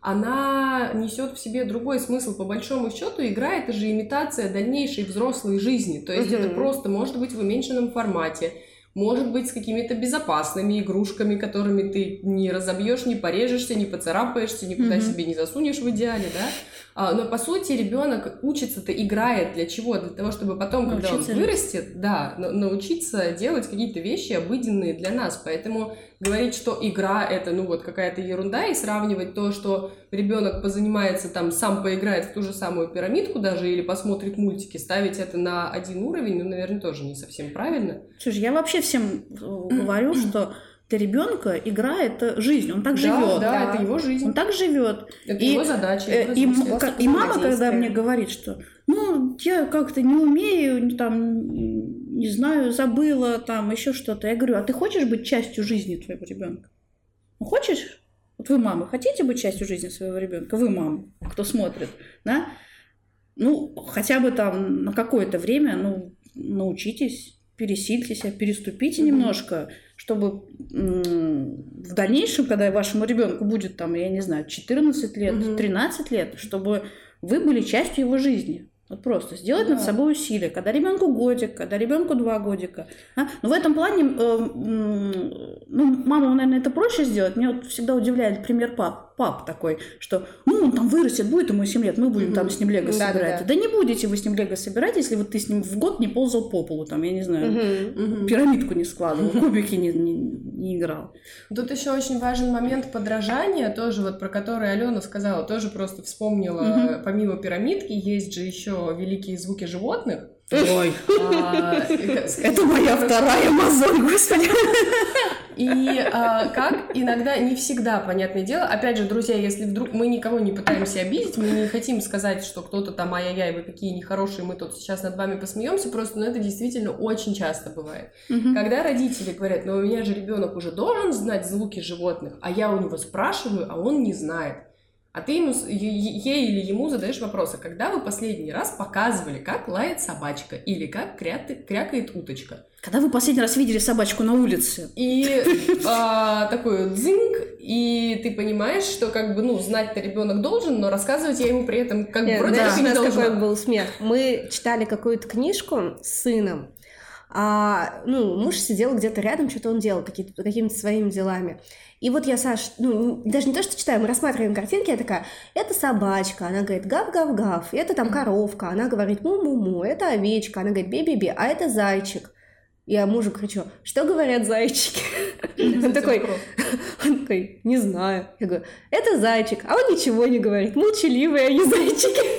она несет в себе другой смысл. По большому счету, игра — это же имитация дальнейшей взрослой жизни. То есть mm-hmm. это просто может быть в уменьшенном формате. Может быть, с какими-то безопасными игрушками, которыми ты не разобьешь, не порежешься, не поцарапаешься, никуда mm-hmm. себе не засунешь в идеале, да? А, но, по сути, ребенок учится-то, играет для чего? Для того, чтобы потом, научиться когда он вырастет, да, научиться делать какие-то вещи обыденные для нас. Поэтому говорить, что игра — это, ну, вот какая-то ерунда, и сравнивать то, что ребенок позанимается, там, сам поиграет в ту же самую пирамидку даже или посмотрит мультики, ставить это на один уровень, ну, наверное, тоже не совсем правильно. Слушай, я вообще всем говорю, что для ребенка игра — это жизнь, он так да, живет. Да, да, это его жизнь. Он так живет. Это и, его задача. Его и, и, и мама, когда мне говорит, что ну, я как-то не умею, там, не знаю, забыла, там, еще что-то. Я говорю, а ты хочешь быть частью жизни твоего ребенка? Ну, хочешь? Вот вы, мамы, хотите быть частью жизни своего ребенка? Вы, мамы, кто смотрит, да? Ну, хотя бы там на какое-то время, ну, научитесь, пересильте себя, переступите mm-hmm. немножко, чтобы м- в дальнейшем, когда вашему ребенку будет, там, я не знаю, четырнадцать лет, mm-hmm. тринадцать лет, чтобы вы были частью его жизни. Вот просто сделать да. над собой усилия. Когда ребенку годик, когда ребенку два годика. А? Но в этом плане, э, э, ну, маму, наверное, это проще сделать. Меня вот всегда удивляет пример пап. Пап такой, что, ну, он там вырастет, будет ему семь лет, мы будем mm-hmm. там с ним лего да, собирать. Да, да. да не будете вы с ним лего собирать, если вот ты с ним в год не ползал по полу, там, я не знаю, mm-hmm. пирамидку не складывал, кубики не, не, не играл. Тут еще очень важен момент подражания, тоже вот про который Алена сказала, тоже просто вспомнила, mm-hmm. помимо пирамидки, есть же еще великие звуки животных. Ой, это моя вторая мозоль, господи. И а, как иногда, не всегда, понятное дело, опять же, друзья, если вдруг мы никого не пытаемся обидеть, мы не хотим сказать, что кто-то там, ай-яй-яй, вы какие нехорошие, мы тут сейчас над вами посмеемся, просто, ну, это действительно очень часто бывает. Угу. Когда родители говорят, ну, у меня же ребенок уже должен знать звуки животных, а я у него спрашиваю, а он не знает. А ты ему, ей или ему задаешь вопрос, а когда вы последний раз показывали, как лает собачка или как кря- крякает уточка? Когда вы последний раз видели собачку на улице? И а, такой дзинг, и ты понимаешь, что как бы, ну, знать-то ребенок должен, но рассказывать я ему при этом как бы вроде да, как не должна. Какой был смех. Мы читали какую-то книжку с сыном, а, ну, муж сидел где-то рядом, что-то он делал, какие-то, какими-то своими делами. И вот я, Саш, ну, даже не то, что читаю, мы рассматриваем картинки, я такая, это собачка, она говорит гав-гав-гав, это там коровка, она говорит му-му-му, это овечка, она говорит би-би-би, а это зайчик. Я мужу кричу, что говорят зайчики? Он такой, он такой, не знаю. Я говорю, это зайчик, а он ничего не говорит, молчаливые они зайчики.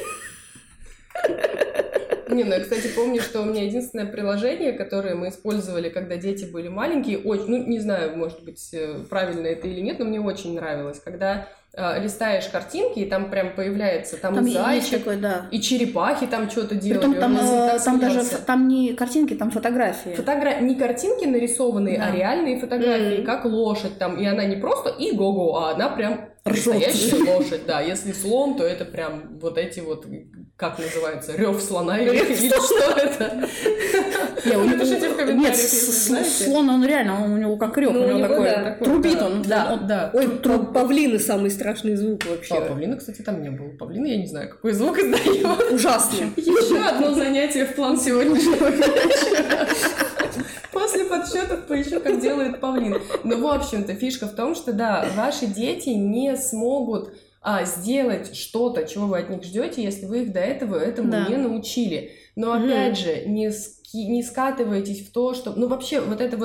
Не, ну я, кстати, помню, что у меня единственное приложение, которое мы использовали, когда дети были маленькие, очень, ну, не знаю, может быть, правильно это или нет, но мне очень нравилось, когда э, листаешь картинки, и там прям появляется там, там и зайчик, такой, да. и черепахи там что-то делали. Притом там, э, там даже там не картинки, там фотографии. Фотогра... Не картинки нарисованные, да. а реальные фотографии, mm-hmm. как лошадь там, и она не просто и го-го, а она прям настоящая лошадь, да. Если слон, то это прям вот эти вот, как называется, рев слона или, или что это? Напишите в комментариях, Нет, если знаете. Слон, он реально, он у него как рев, ну, у него, него такой, да, такой трубит да, он. Да, он, да. Ой, труб... павлины самый страшный звук вообще. А, павлина, кстати, там не было. Павлина, я не знаю, какой звук издает. Ужасный. Еще одно занятие в план сегодняшнего вечера. После подсчетов поищу, как делает павлин. Но, в общем-то, фишка в том, что, да, ваши дети не смогут а, сделать что-то, чего вы от них ждете, если вы их до этого этому да. не научили. Но, опять mm-hmm. же, не, ски, не скатывайтесь в то, что... Ну, вообще, вот это вот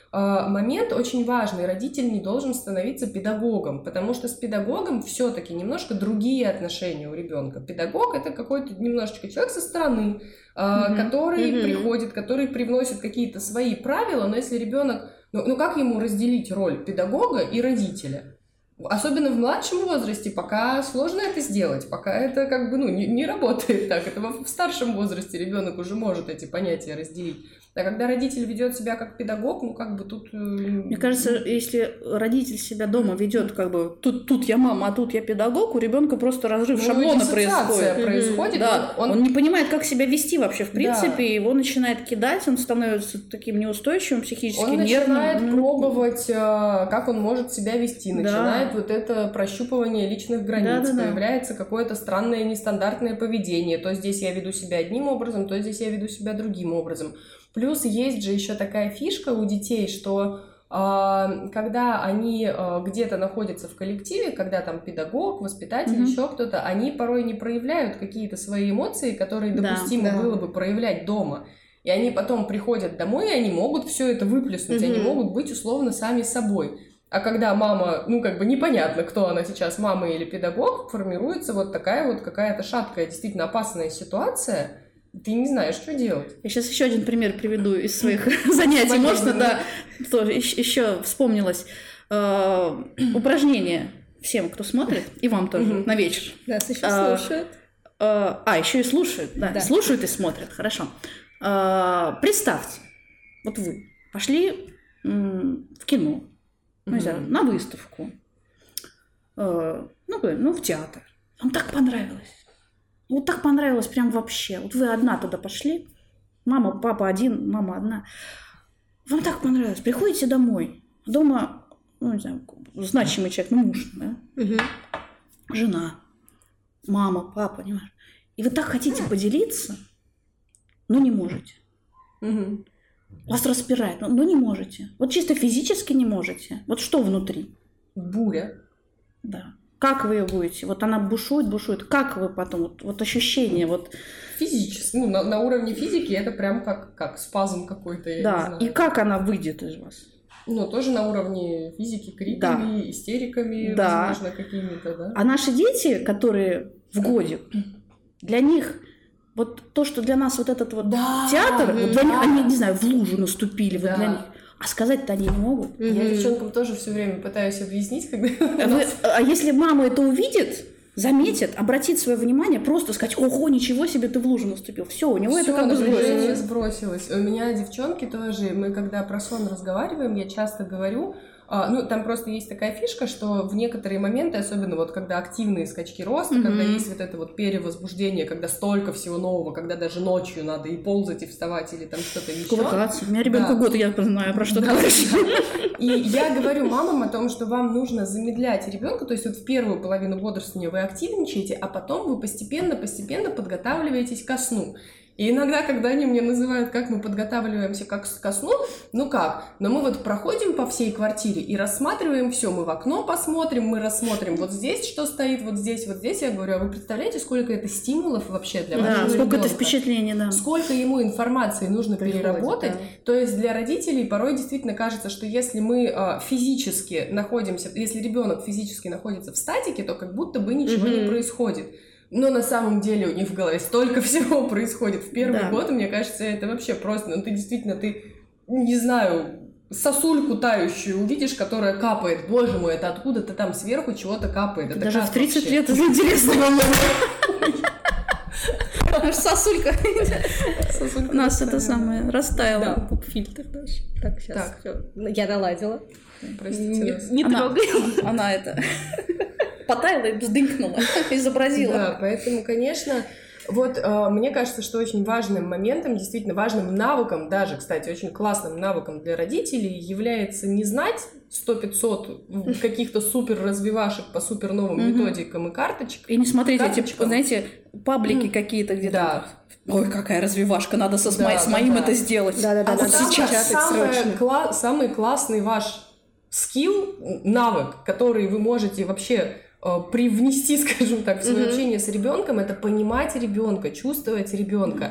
момент очень важный. Родитель не должен становиться педагогом, потому что с педагогом все-таки немножко другие отношения у ребенка. Педагог — это какой-то немножечко человек со стороны, mm-hmm. который mm-hmm. приходит, который привносит какие-то свои правила, но если ребенок, ну, ну как ему разделить роль педагога и родителя? Особенно в младшем возрасте, пока сложно это сделать, пока это как бы ну, не, не работает так. Это в старшем возрасте ребенок уже может эти понятия разделить. А когда родитель ведет себя как педагог, ну как бы тут... Мне кажется, если родитель себя дома ведет как бы тут, тут я мама, а тут я педагог, у ребенка просто разрыв ну, шаблона происходит. происходит. Да. Он, он... он не понимает, как себя вести вообще в принципе, да. Его начинает кидать, он становится таким неустойчивым психически, он нервным. Он начинает пробовать, как он может себя вести, начинает да. вот это прощупывание личных границ, да, да, появляется да. какое-то странное нестандартное поведение. То здесь я веду себя одним образом, то здесь я веду себя другим образом. Плюс есть же еще такая фишка у детей, что э, когда они э, где-то находятся в коллективе, когда там педагог, воспитатель, mm-hmm. еще кто-то, они порой не проявляют какие-то свои эмоции, которые допустимо да, было да. бы проявлять дома. И они потом приходят домой, и они могут все это выплеснуть, mm-hmm. они могут быть условно сами собой. А когда мама, ну как бы непонятно, кто она сейчас, мама или педагог, формируется вот такая вот какая-то шаткая, действительно опасная ситуация. Ты не знаешь, что делать. Я сейчас еще один пример приведу из своих занятий. Можно, да, тоже еще вспомнилось упражнение всем, кто смотрит, и вам тоже на вечер. Нас еще слушают. А, еще и слушают, да, слушают и смотрят, хорошо. Представьте, вот вы пошли в кино, на выставку, ну, в театр. Вам так понравилось. Вот так понравилось прям вообще. Вот вы одна туда пошли. Мама, папа один, мама одна. Вам так понравилось. Приходите домой. Дома, ну, не знаю, значимый человек, ну, муж, да? Угу. Жена, мама, папа, понимаешь? И вы так хотите поделиться, но не можете. Угу. Вас распирает, но, но не можете. Вот чисто физически не можете. Вот что внутри? Буря. Да. Как вы ее будете? Вот она бушует, бушует. Как вы потом? Вот, вот ощущение вот... Физически. Ну, на, на уровне физики это прям как, как спазм какой-то, я да. не знаю. И как она выйдет из вас? Ну, тоже на уровне физики, криками, да. истериками, да. возможно, какими-то, да? А наши дети, которые в годик, для них... Вот то, что для нас вот этот вот да, театр, вот для да. них, они, не знаю, в лужу наступили, да. вот для них. А сказать-то они не могут. Я mm-hmm. девчонкам тоже все время пытаюсь объяснить, когда... А, вы, а если мама это увидит, заметит, обратит свое внимание, просто сказать: ого, ничего себе, ты в лужу наступил. Все, у него Всё, это как бы сбросилось. сбросилось. У меня девчонки тоже, мы когда про сон разговариваем, я часто говорю, а, ну, там просто есть такая фишка, что в некоторые моменты, особенно вот когда активные скачки роста, mm-hmm. когда есть вот это вот перевозбуждение, когда столько всего нового, когда даже ночью надо и ползать, и вставать, или там что-то еще. Ковакация. У меня ребенку да. год, и я знаю, про что да. ты говоришь. И я говорю мамам о том, что вам нужно замедлять ребенка, то есть вот в первую половину бодрствования вы активничаете, а потом вы постепенно-постепенно подготавливаетесь ко сну. И иногда, когда они мне называют, как мы подготавливаемся ко сну, ну как, но мы вот проходим по всей квартире и рассматриваем все, мы в окно посмотрим, мы рассмотрим вот здесь, что стоит, вот здесь, вот здесь. Я говорю, а вы представляете, сколько это стимулов вообще для вашего ребенка? Да, сколько это впечатлений, да. Сколько ему информации нужно Приходит, переработать. Да. То есть для родителей порой действительно кажется, что если мы э, физически находимся, если ребенок физически находится в статике, то как будто бы ничего mm-hmm. не происходит. Но на самом деле у них в голове столько всего происходит. В первый да. год, мне кажется, это вообще просто... Ну, ты действительно, ты, не знаю, сосульку тающую увидишь, которая капает. Боже мой, это откуда-то там сверху чего-то капает. Это даже в тридцать вообще? Лет это интересно. Сосулька. У нас это самое растаяло. Фильтр даже. Так, сейчас. Я наладила. Простите. Не трогай. Она это... потаяла и вздыхнула, изобразила. Да, поэтому, конечно, вот э, мне кажется, что очень важным моментом, действительно важным навыком, даже, кстати, очень классным навыком для родителей является не знать сто пятьсот каких-то супер развивашек по супер новым mm-hmm. методикам и карточкам. И не смотреть эти, знаете, паблики mm. какие-то где-то. Да. Ой, какая развивашка, надо со, да, с моим да, это да. сделать. Да-да-да. А вот сейчас самое кла- самый классный ваш скилл, навык, который вы можете вообще привнести, скажем так, в свое mm-hmm. общение с ребенком, это понимать ребенка, чувствовать ребенка.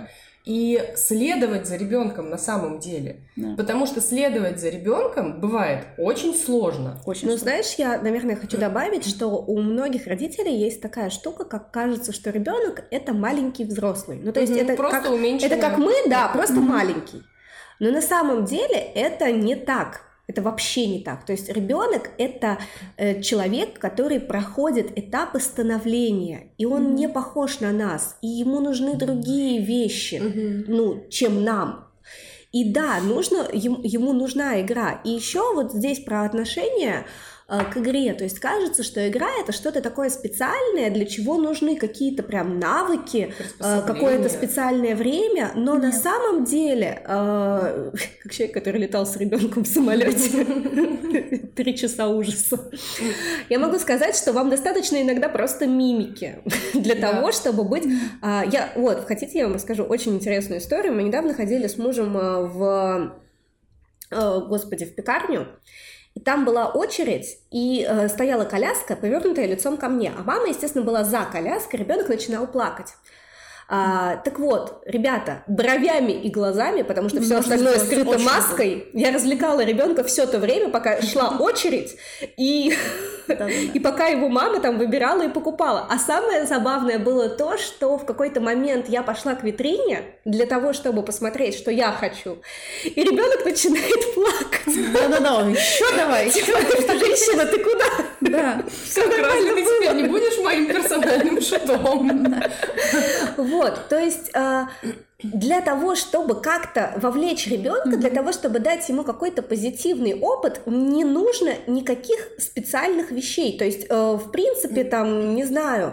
и следовать за ребенком на самом деле. Да. Потому что следовать за ребенком бывает очень сложно. Очень ну, сложно. Знаешь, я, наверное, хочу добавить, что у многих родителей есть такая штука, как кажется, что ребенок это маленький взрослый. Ну, то есть mm-hmm, это, как, это как мы, да, просто mm-hmm. маленький. Но на самом деле это не так. Это вообще не так. То есть ребенок это э, человек, который проходит этапы становления, и он mm-hmm. не похож на нас, и ему нужны другие вещи, mm-hmm. ну, чем нам. И да, нужно, ему, ему нужна игра. И еще вот здесь про отношения э, к игре. То есть кажется, что игра это что-то такое специальное, для чего нужны какие-то прям навыки, э, какое-то специальное время, но Нет. на самом деле, э, как человек, который летал с ребенком в самолете, три часа ужаса, я могу сказать, что вам достаточно иногда просто мимики для того, чтобы быть... Я, вот, хотите, я вам расскажу очень интересную историю. Мы недавно ходили с мужем в... Господи, в пекарню. И там была очередь, и э, стояла коляска, повернутая лицом ко мне. А мама, естественно, была за коляской, ребенок начинал плакать. А, так вот, ребята, бровями и глазами, потому что все остальное скрыто маской, я развлекала ребенка все то время, пока шла очередь, и, и пока его мама там выбирала и покупала. А самое забавное было то, что в какой-то момент я пошла к витрине для того, чтобы посмотреть, что я хочу, и ребенок начинает плакать. Да-да-да, еще давай, еще. Женщина, ты куда? Да. Как раз ты теперь не будешь моим персональным шутом. Вот, то есть э, для того, чтобы как-то вовлечь ребенка, mm-hmm. для того, чтобы дать ему какой-то позитивный опыт, не нужно никаких специальных вещей. То есть, э, в принципе, там, не знаю,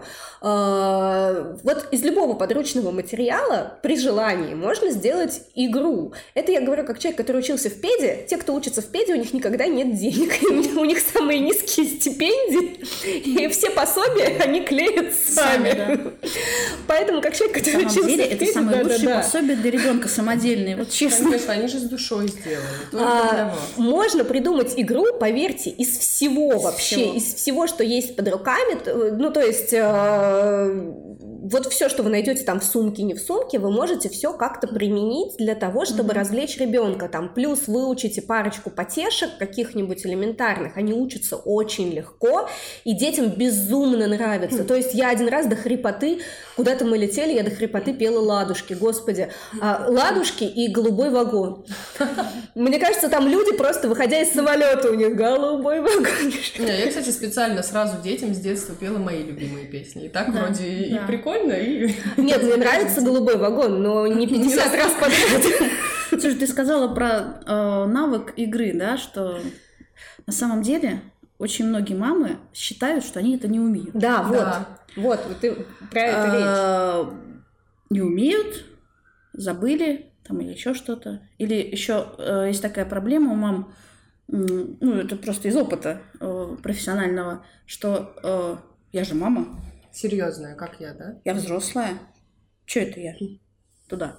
э, вот из любого подручного материала при желании можно сделать игру. Это я говорю как человек, который учился в педе. Те, кто учится в педе, у них никогда нет денег. У них самые низкие стипендии, и все пособия они клеят сами. сами да. Поэтому как человек, который учился в педе... это самые да, лучшие да, пособия для ребенка самодельные, вот честно. Конечно, они же с душой сделаны. А, можно придумать игру, поверьте, из всего вообще, всего. из всего, что есть под руками. Ну, то есть, э, вот все, что вы найдете там в сумке, не в сумке, вы можете все как-то применить для того, чтобы mm-hmm. развлечь ребенка. Там, плюс выучите парочку потешек каких-нибудь элементарных, они учатся очень легко, и детям безумно нравится. Mm-hmm. То есть, я один раз до хрипоты, куда-то мы летели, я до хрипоты пела «Ладушки», господи. А, «Ладушки» и «Голубой вагон». Мне кажется, там люди просто, выходя из самолета, у них «Голубой вагон». Я, кстати, специально сразу детям с детства пела мои любимые песни. И так да, вроде да. и прикольно, и... Нет, мне нравится «Голубой вагон», но не пятьдесят раз подряд. Слушай, ты сказала про э, навык игры, да, что на самом деле очень многие мамы считают, что они это не умеют. Да, вот. Да. Вот, вот ты про это речь. Не умеют, забыли, там или еще что-то. Или еще э, есть такая проблема у мам, э, ну, это просто из опыта э, профессионального, что э, я же мама. Серьезная, как я, да? Я взрослая. Че это я? Туда.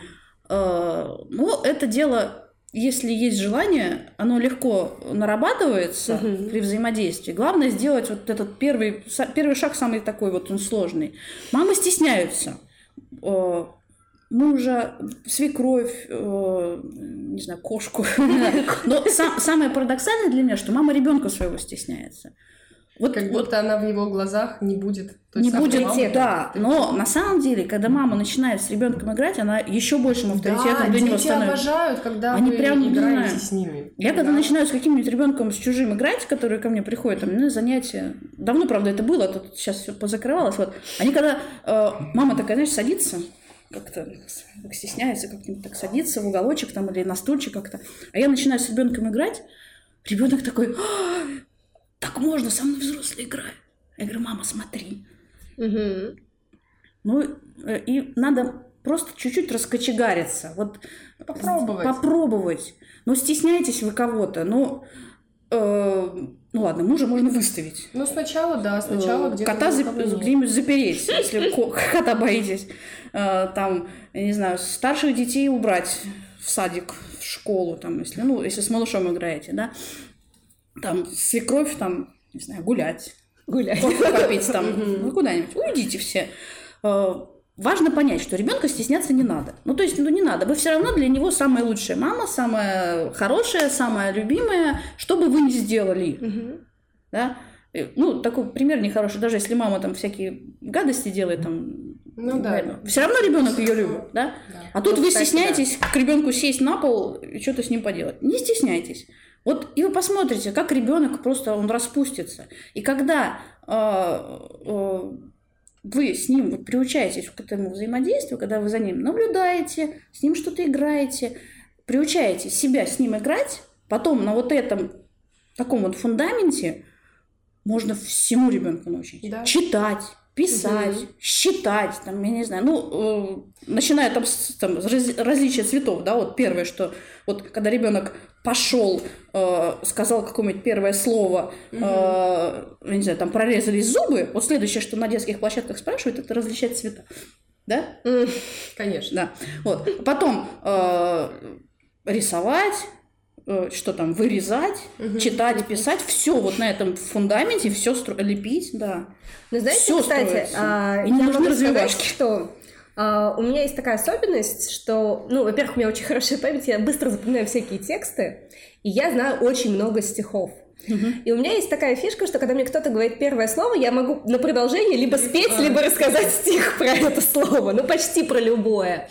Э, ну, это дело, если есть желание, оно легко нарабатывается угу. при взаимодействии. Главное сделать вот этот первый, первый шаг, самый такой вот он сложный. Мамы стесняются. Э, мужа, свекровь, э, не знаю, кошку. Но сам, самое парадоксальное для меня, что мама ребенка своего стесняется. Вот, как будто вот, она в его глазах не будет... Не будет, мамы, да. Но на самом деле, когда мама начинает с ребенком играть, она еще большим авторитетом да, для него становится. Дети обожают, когда Они вы прям, играете с ними. Я да. когда начинаю с каким-нибудь ребенком с чужим играть, который ко мне приходит, там, на занятия, давно, правда, это было, тут сейчас все позакрывалось. Вот. Они когда э, мама такая, знаешь, садится, как-то как стесняется, как-нибудь так садится в уголочек там или на стульчик как-то, а я начинаю с ребенком играть, ребенок такой... Так можно, со мной взрослый играет. Я говорю, мама, смотри. Угу. Ну, и надо просто чуть-чуть раскочегариться. Вот попробовать. Попробовать. Ну, стесняетесь вы кого-то. Ну, э, ну ладно, мужа можно выставить. Ну, сначала, да, сначала э, где-то... Кота где-нибудь запереть, если кота боитесь. Э, там, я не знаю, старших детей убрать в садик, в школу, там, если, ну, если с малышом играете, да. Там свекровь, там, не знаю, гулять. Гулять. Кофе попить там, ну, куда-нибудь. Уйдите все. важно понять, что ребенка стесняться не надо. Ну, то есть, ну, не надо. Вы все равно для него самая лучшая мама, самая хорошая, самая любимая, что бы вы ни сделали. Угу. Да? Ну, такой пример нехороший. Даже если мама там всякие гадости делает, там, ну, да. все равно ребенок ее любит. Да? Да. А тут ну, вы кстати, стесняетесь да. к ребенку сесть на пол и что-то с ним поделать. Не стесняйтесь. Вот и вы посмотрите, как ребенок просто он распустится. И когда э, э, вы с ним вот, приучаетесь к этому взаимодействию, когда вы за ним наблюдаете, с ним что-то играете, приучаете себя с ним играть, потом на вот этом таком вот фундаменте можно всему ребенку научить. Да. Читать, писать, угу. считать, там, я не знаю, ну, э, начиная там с там, раз, различия цветов, да, вот первое, что вот когда ребенок пошел, э, сказал какое-нибудь первое слово, угу. э, я не знаю, там прорезались зубы, вот следующее, что на детских площадках спрашивают, это различать цвета, да? Конечно. Да. Вот. Потом э, рисовать, что там, вырезать, угу. читать, писать, все вот на этом фундаменте, все стро... лепить, да. Ну, знаете, всё кстати, а, и не нужны развивашки. Что а, у меня есть такая особенность, что, ну, во-первых, у меня очень хорошая память, я быстро запоминаю всякие тексты, и я знаю очень много стихов. Угу. И у меня есть такая фишка, что когда мне кто-то говорит первое слово, я могу на продолжение либо спеть, а. либо рассказать стих про это слово, ну, почти про любое.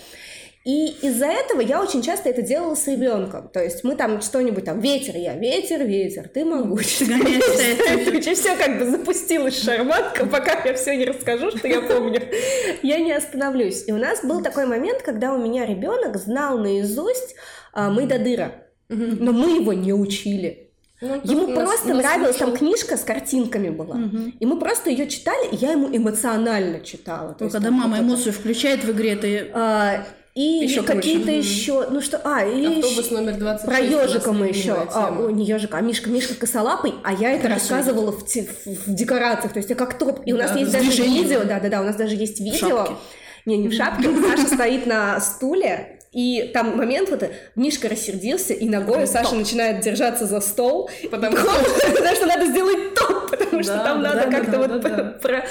И из-за этого я очень часто это делала с ребенком. То есть мы там что-нибудь там, ветер, я, ветер, ветер, ты могучий. Конечно, все как бы запустилась шарманка, пока я все не расскажу, что я помню. Я не остановлюсь. И у нас был такой момент, когда у меня ребенок знал наизусть «Мы до дыра», но мы его не учили. Ну, ему нас, просто нас нравилась, там книжка с картинками была. Угу. И мы просто ее читали, и я ему эмоционально читала. То есть, когда там, мама вот эмоцию это... включает в игре, ты... А, и еще какие-то круче. еще, ну что, а, и автобус номер двадцать шесть. Про ежика мы еще, а, о, не ежика, а Мишка, Мишка косолапый, а я это Красивый. рассказывала в, в, в декорациях, то есть я как троп. И у нас да, есть даже движением. видео, да-да-да, у нас даже есть видео. Не, не в шапке, Саша стоит на стуле. И там момент вот, Мишка рассердился, и ногой Саша топ. начинает держаться за стол, потому что надо сделать топ, потому что там надо как-то вот про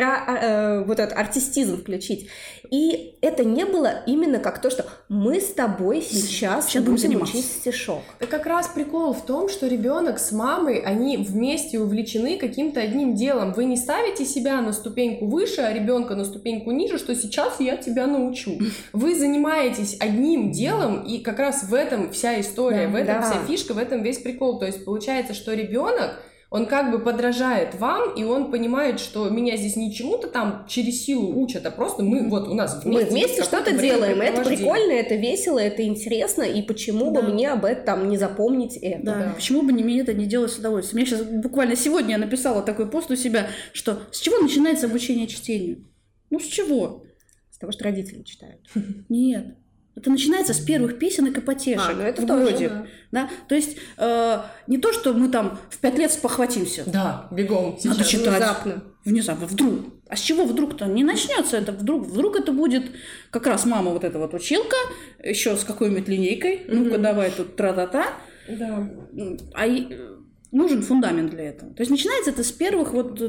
про вот этот артистизм включить. И это не было именно как то, что мы с тобой сейчас будем учить стишок. Это как раз прикол в том, что ребенок с мамой, они вместе увлечены каким-то одним делом. Вы не ставите себя на ступеньку выше, а ребенка на ступеньку ниже, что сейчас я тебя научу. Вы занимаетесь одним делом, и как раз в этом вся история, да, в этом да. вся фишка, в этом весь прикол. То есть получается, что ребенок, он как бы подражает вам, и он понимает, что меня здесь не чему-то там через силу учат, а просто мы вот у нас вместе... Мы вместе что-то делаем, это прикольно, это весело, это интересно, и почему да. бы мне об этом не запомнить это? Да. Да. Почему бы мне это не делать с удовольствием? Мне сейчас буквально сегодня я написала такой пост у себя, что с чего начинается обучение чтению? Ну, с чего? С того, что родители читают. Нет. Это начинается с первых песенок и потешек. А, ну это тоже, да. да. То есть э, не то, что мы там в пять лет спохватимся. Да, бегом. Надо читать. Внезапно. Внезапно. Вдруг. А с чего вдруг-то не начнется это? Вдруг, вдруг это будет как раз мама вот эта вот училка, еще с какой-нибудь линейкой. Mm-hmm. Ну-ка, давай тут тра-та-та. Да. А и, нужен фундамент для этого. То есть начинается это с первых вот...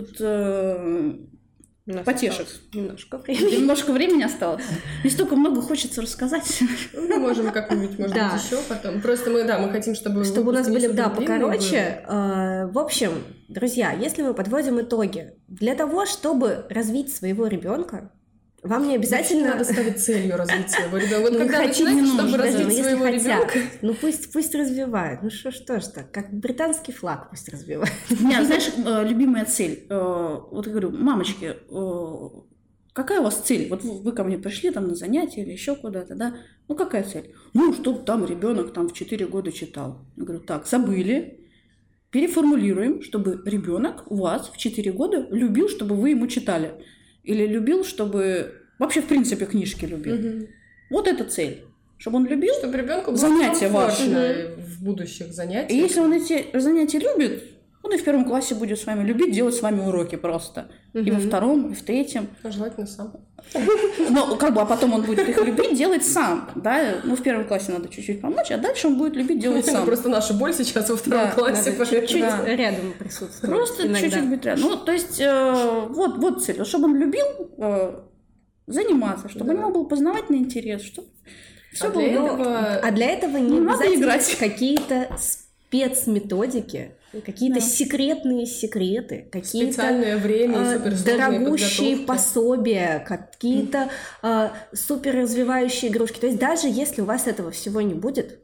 Э, потешек. Немножко времени. Немножко времени осталось. Мне столько много хочется рассказать. Мы можем как-нибудь, может да. быть, еще потом. Просто мы, да, мы хотим, чтобы... Чтобы у нас были, да, покороче. Э, в общем, друзья, если мы подводим итоги, для того, чтобы развить своего ребенка, вам не обязательно... Надо ставить целью развить своего ребенка. Вот когда начинаете, чтобы развить своего ребенка... Ну пусть, пусть развивают. Ну что ж так, как британский флаг пусть развивают. У меня, знаешь, любимая цель. Вот я говорю, мамочки, какая у вас цель? Вот вы ко мне пришли там на занятия или еще куда-то, да? Ну какая цель? Ну, чтобы там ребенок там в четыре года читал. Я говорю, так, забыли. Переформулируем, чтобы ребенок у вас в четыре года любил, чтобы вы ему читали. Или любил, чтобы... Вообще, в принципе, книжки любил. Угу. Вот это цель. Чтобы он любил, чтобы ребенку было занятия ваши. В будущих занятиях. И если он эти занятия любит, он и в первом классе будет с вами любить, делать с вами уроки просто. Угу. И во втором, и в третьем. Желательно сам. Ну, как бы, а потом он будет их любить, делать сам. Да? Ну, в первом классе надо чуть-чуть помочь, а дальше он будет любить делать сам. Просто наша боль сейчас во втором да, классе. Чуть-чуть да. рядом присутствует. Просто иногда. чуть-чуть быть рядом. Ну, то есть, э, вот, вот цель. Чтобы он любил, э, заниматься, чтобы да. у него был познавательный интерес, чтобы все а было... Для этого... А для этого не Ну, надо обязательно играть. какие-то спецметодики, какие-то Да. секретные секреты, какие-то Специальное время и э, суперсложные дорогущие подготовки. пособия, какие-то э, суперразвивающие игрушки. То есть даже если у вас этого всего не будет,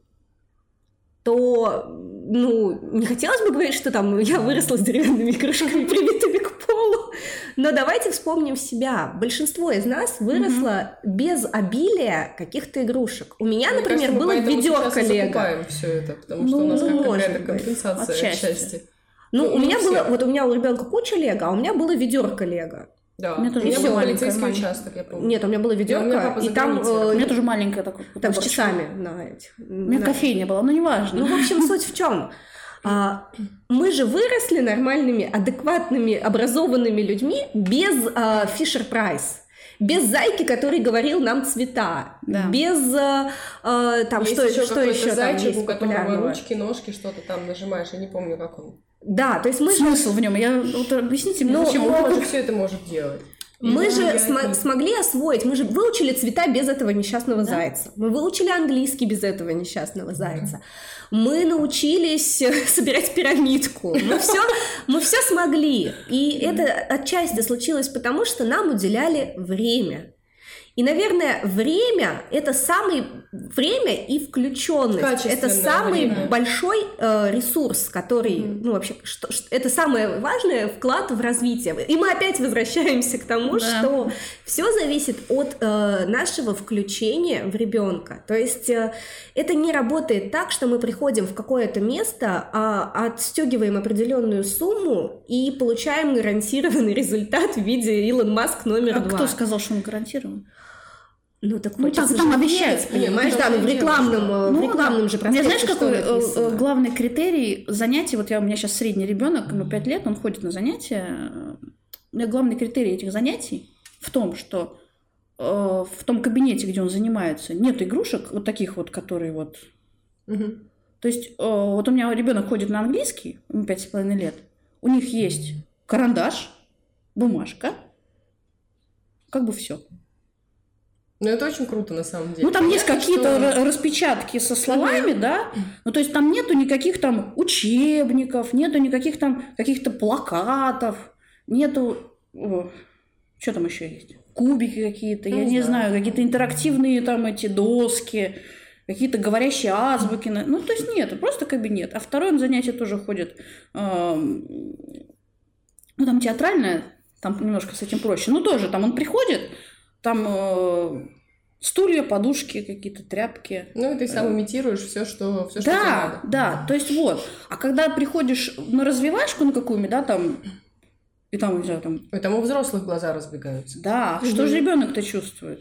то, ну, не хотелось бы говорить, что там я выросла с деревянными игрушками, прибитыми к полу, но давайте вспомним себя. Большинство из нас выросло mm-hmm. без обилия каких-то игрушек. У меня, Мне например, кажется, было ведерко Лего. Мы покупаем все это, потому что Ну, у нас как может какая-то быть. компенсация Отчасти. отчасти. Ну, Ну, у не меня все. было, вот у меня у ребенка куча Лего, а у меня было ведерко Лего. Да, У меня тоже у меня всё был маленькое, полицейский маленькое. участок, я помню. Нет, у меня было у меня ведерко, папа и там, заграничный. э, У меня тоже маленькая такая. там с часами на эти. У меня на- кофейня была, но неважно. Ну, в общем, суть в чем? А, мы же выросли нормальными, адекватными, образованными людьми без а, Фишер-Прайс. Без зайки, который говорил нам цвета. Да. Без а, а, там Есть что, еще что какой-то еще там зайчик, есть у которого популярного. ручки, ножки, что-то там нажимаешь, я не помню, как он. Да, то есть мы же, Смысл в нем? Я вот объясните мне, Ну, зачем? Почему ну, он же все это может делать? мы И же я смо- это- смогли освоить, мы же выучили цвета без этого несчастного Да. зайца. Мы выучили английский без этого несчастного зайца. Мы научились собирать пирамидку. Мы все, мы все смогли. И это отчасти случилось потому, что нам уделяли время. И, наверное, время – это самый время и включенность. Это Качественное самый время. большой э, ресурс, который, Мгм. ну вообще, что, что- это самое важное вклад в развитие. И мы опять возвращаемся к тому, Да. что все зависит от э, нашего включения в ребенка. То есть э, это не работает так, что мы приходим в какое-то место, а, отстегиваем определенную сумму и получаем гарантированный результат в виде Илон Маск номер А два. кто сказал, что он гарантирован? Ну так Ну, хочется так там же обещают. верить, понимаешь, Ну, да, ну в в том-то и дело, рекламном, что- э, в Ну, рекламном же У меня, знаешь, проспекте какой что э, написано? э, главный критерий занятий? Вот я, у меня сейчас средний ребенок, ему пять лет, он ходит на занятия. У меня главный критерий этих занятий в том, что э, в том кабинете, где он занимается, нет игрушек вот таких вот, которые вот... Мгм. То есть э, вот у меня ребенок ходит на английский, ему пять с половиной лет, у них есть карандаш, бумажка, как бы все. Ну, это очень круто, на самом деле. Ну, там есть Понятно, какие-то что- ра- распечатки со словами, да? Ну, то есть там нету никаких там учебников, нету никаких там каких-то плакатов, нету... Что там еще есть? Кубики какие-то, я Ну, не да. знаю, какие-то интерактивные там эти доски, какие-то говорящие азбуки. на- Ну, то есть нет, просто кабинет. А второе он занятие тоже ходит... эм, Ну, там театральное, там немножко с этим проще. Ну, тоже там он приходит, там э, стулья, подушки, какие-то тряпки. Ну, и ты сам имитируешь все, что, все, что тебе Да, надо. да, то есть вот. А когда приходишь на развивашку на какую-нибудь, да, там, и там, не знаю, там, Ой, там у взрослых глаза разбегаются. да, что же ребенок-то чувствует?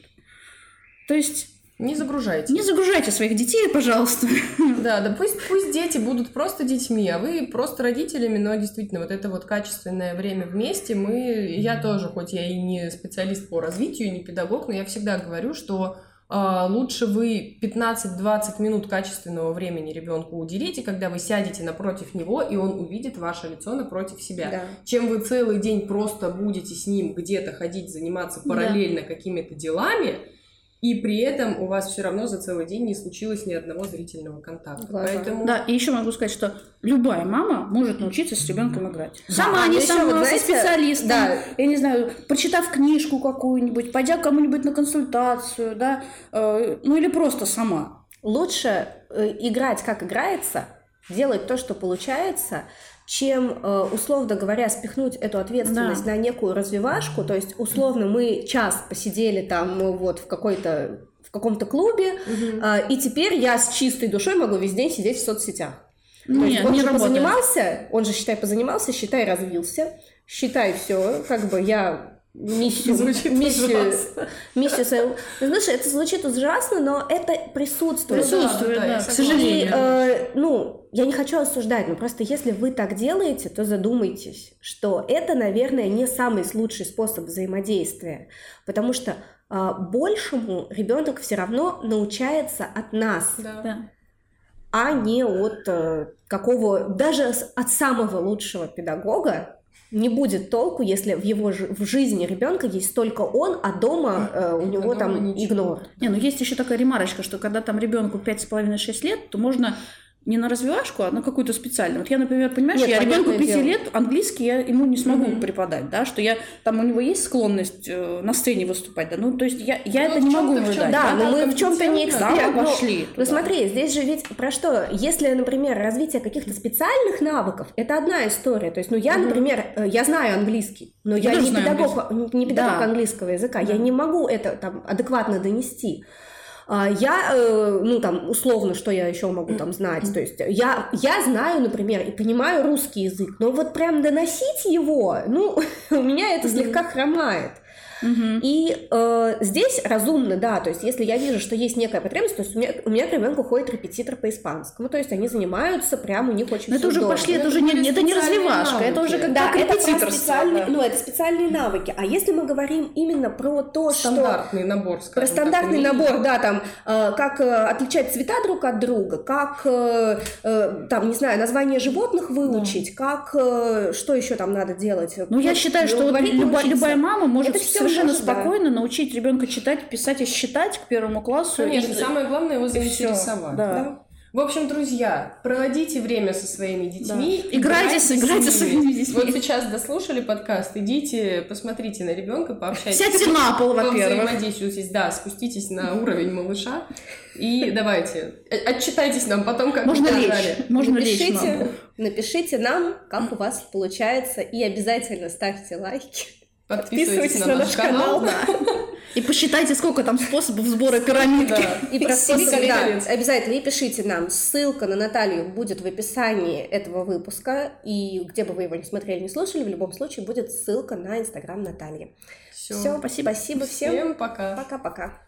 То есть Не загружайте. не загружайте своих детей, пожалуйста. Да, да пусть, пусть дети будут просто детьми, а вы просто родителями, но действительно вот это вот качественное время вместе, мы, я тоже, хоть я и не специалист по развитию, не педагог, но я всегда говорю, что а, лучше вы пятнадцать-двадцать минут качественного времени ребенку уделите, когда вы сядете напротив него, и он увидит ваше лицо напротив себя, Да. чем вы целый день просто будете с ним где-то ходить, заниматься параллельно какими-то делами, и при этом у вас все равно за целый день не случилось ни одного зрительного контакта. Глаза. Поэтому Да, и еще могу сказать, что любая мама может научиться с ребенком играть. Да, Сама, а не еще сама, вот, со знаете, специалистом. да. Я не знаю, прочитав книжку какую-нибудь, пойдя к кому-нибудь на консультацию, да, э, ну или просто сама. Лучше э, играть, как играется, делать то, что получается, чем, э, условно говоря, спихнуть эту ответственность Да. на некую развивашку. То есть, условно, мы час посидели там ну, вот в какой-то в каком-то клубе, э, и теперь я с чистой душой могу весь день сидеть в соцсетях. То есть Нет, он не же работает. позанимался, он же, считай, позанимался, считай, развился, считай, все, как бы я миссию, Звучит миссию, ужасно. миссию свою. Ну, знаешь, это звучит ужасно, но это присутствует. Присутствует, да, да, я к согласна. И, сожалению. э, ну, я не хочу осуждать, но просто если вы так делаете, то задумайтесь, что это, наверное, не самый лучший способ взаимодействия, потому что э, большему ребенок все равно научается от нас, да. Да. а не от э, какого, даже с- от самого лучшего педагога, Не будет толку, если в его ж- в жизни ребенка есть только он, а дома э, у него А дома там ничего. игнор. Не, ну есть еще такая ремарочка, что когда там ребенку пять с половиной-шесть лет, то можно не на развивашку, а на какую-то специальную. Вот я, например, понимаешь, Нет, я ребенку понятное пяти дело. лет английский я ему не смогу Мгм. преподать, да, что я там у него есть склонность э, на сцене выступать, да, ну то есть я, я Ну, это в не чём-то, могу в ему чём-то, дать. Да, да, но мы в чем-то не компетентно. эксперт. Да, но- пошли Ну туда. смотри, здесь же ведь про что? Если, например, развитие каких-то специальных навыков, это одна история. То есть, ну я, Мгм. например, э, я знаю английский, но Я я, тоже не знаю педагог, не педагог Да. английского языка, Да. я не могу это там адекватно донести. А, Я, э, ну там, условно, что я еще могу там знать, то есть я, я знаю, например, и понимаю русский язык, но вот прям доносить его, ну, у меня это слегка хромает. Мгм. И э, здесь разумно, да, то есть если я вижу, что есть некая потребность, то есть у меня, у меня к ребенку ходит репетитор по испанскому, то есть они занимаются, прям у них очень Но это всё уже здорово. пошли, это Это уже не, были это не специальные развивашка, это навыки. уже как, Да, как это про репетиторство. специальные, да. ну, это специальные навыки. А если мы говорим именно про то, что... Стандартный набор, скажем Про так, стандартный умений. набор, да, там, э, как э, отличать цвета друг от друга, как, э, э, там, не знаю, название животных выучить, как, э, что еще там надо делать? Ну, я считаю, что вот Говорить люба- научиться. любая мама может Это всё совершенно можно, да. спокойно научить ребенка читать, писать и считать к первому классу. Конечно, и- самое главное его и всё, заинтересовать. да. Да. В общем, друзья, проводите время со своими детьми. Да. Играйте с- играйте с с ними. своими детьми. Вот сейчас дослушали подкаст, идите, посмотрите на ребенка, пообщайтесь. Сядьте на пол, во-первых. Взаимодействуйтесь, да, спуститесь на уровень малыша и давайте, э, отчитайтесь нам потом, как Можно вы лечь, играли. можно лечь на напишите, пол. напишите нам, как у вас получается, и обязательно ставьте лайки. Подписывайтесь на наш канал. да. И посчитайте, сколько там способов сбора пирамидки. Да. И про Семи способы, да, колец. обязательно и пишите нам. Ссылка на Наталью будет в описании этого выпуска. И где бы вы его не смотрели, не слушали, в любом случае будет ссылка на Инстаграм Натальи. Все. Все, спасибо, спасибо всем. Всем пока. Пока-пока.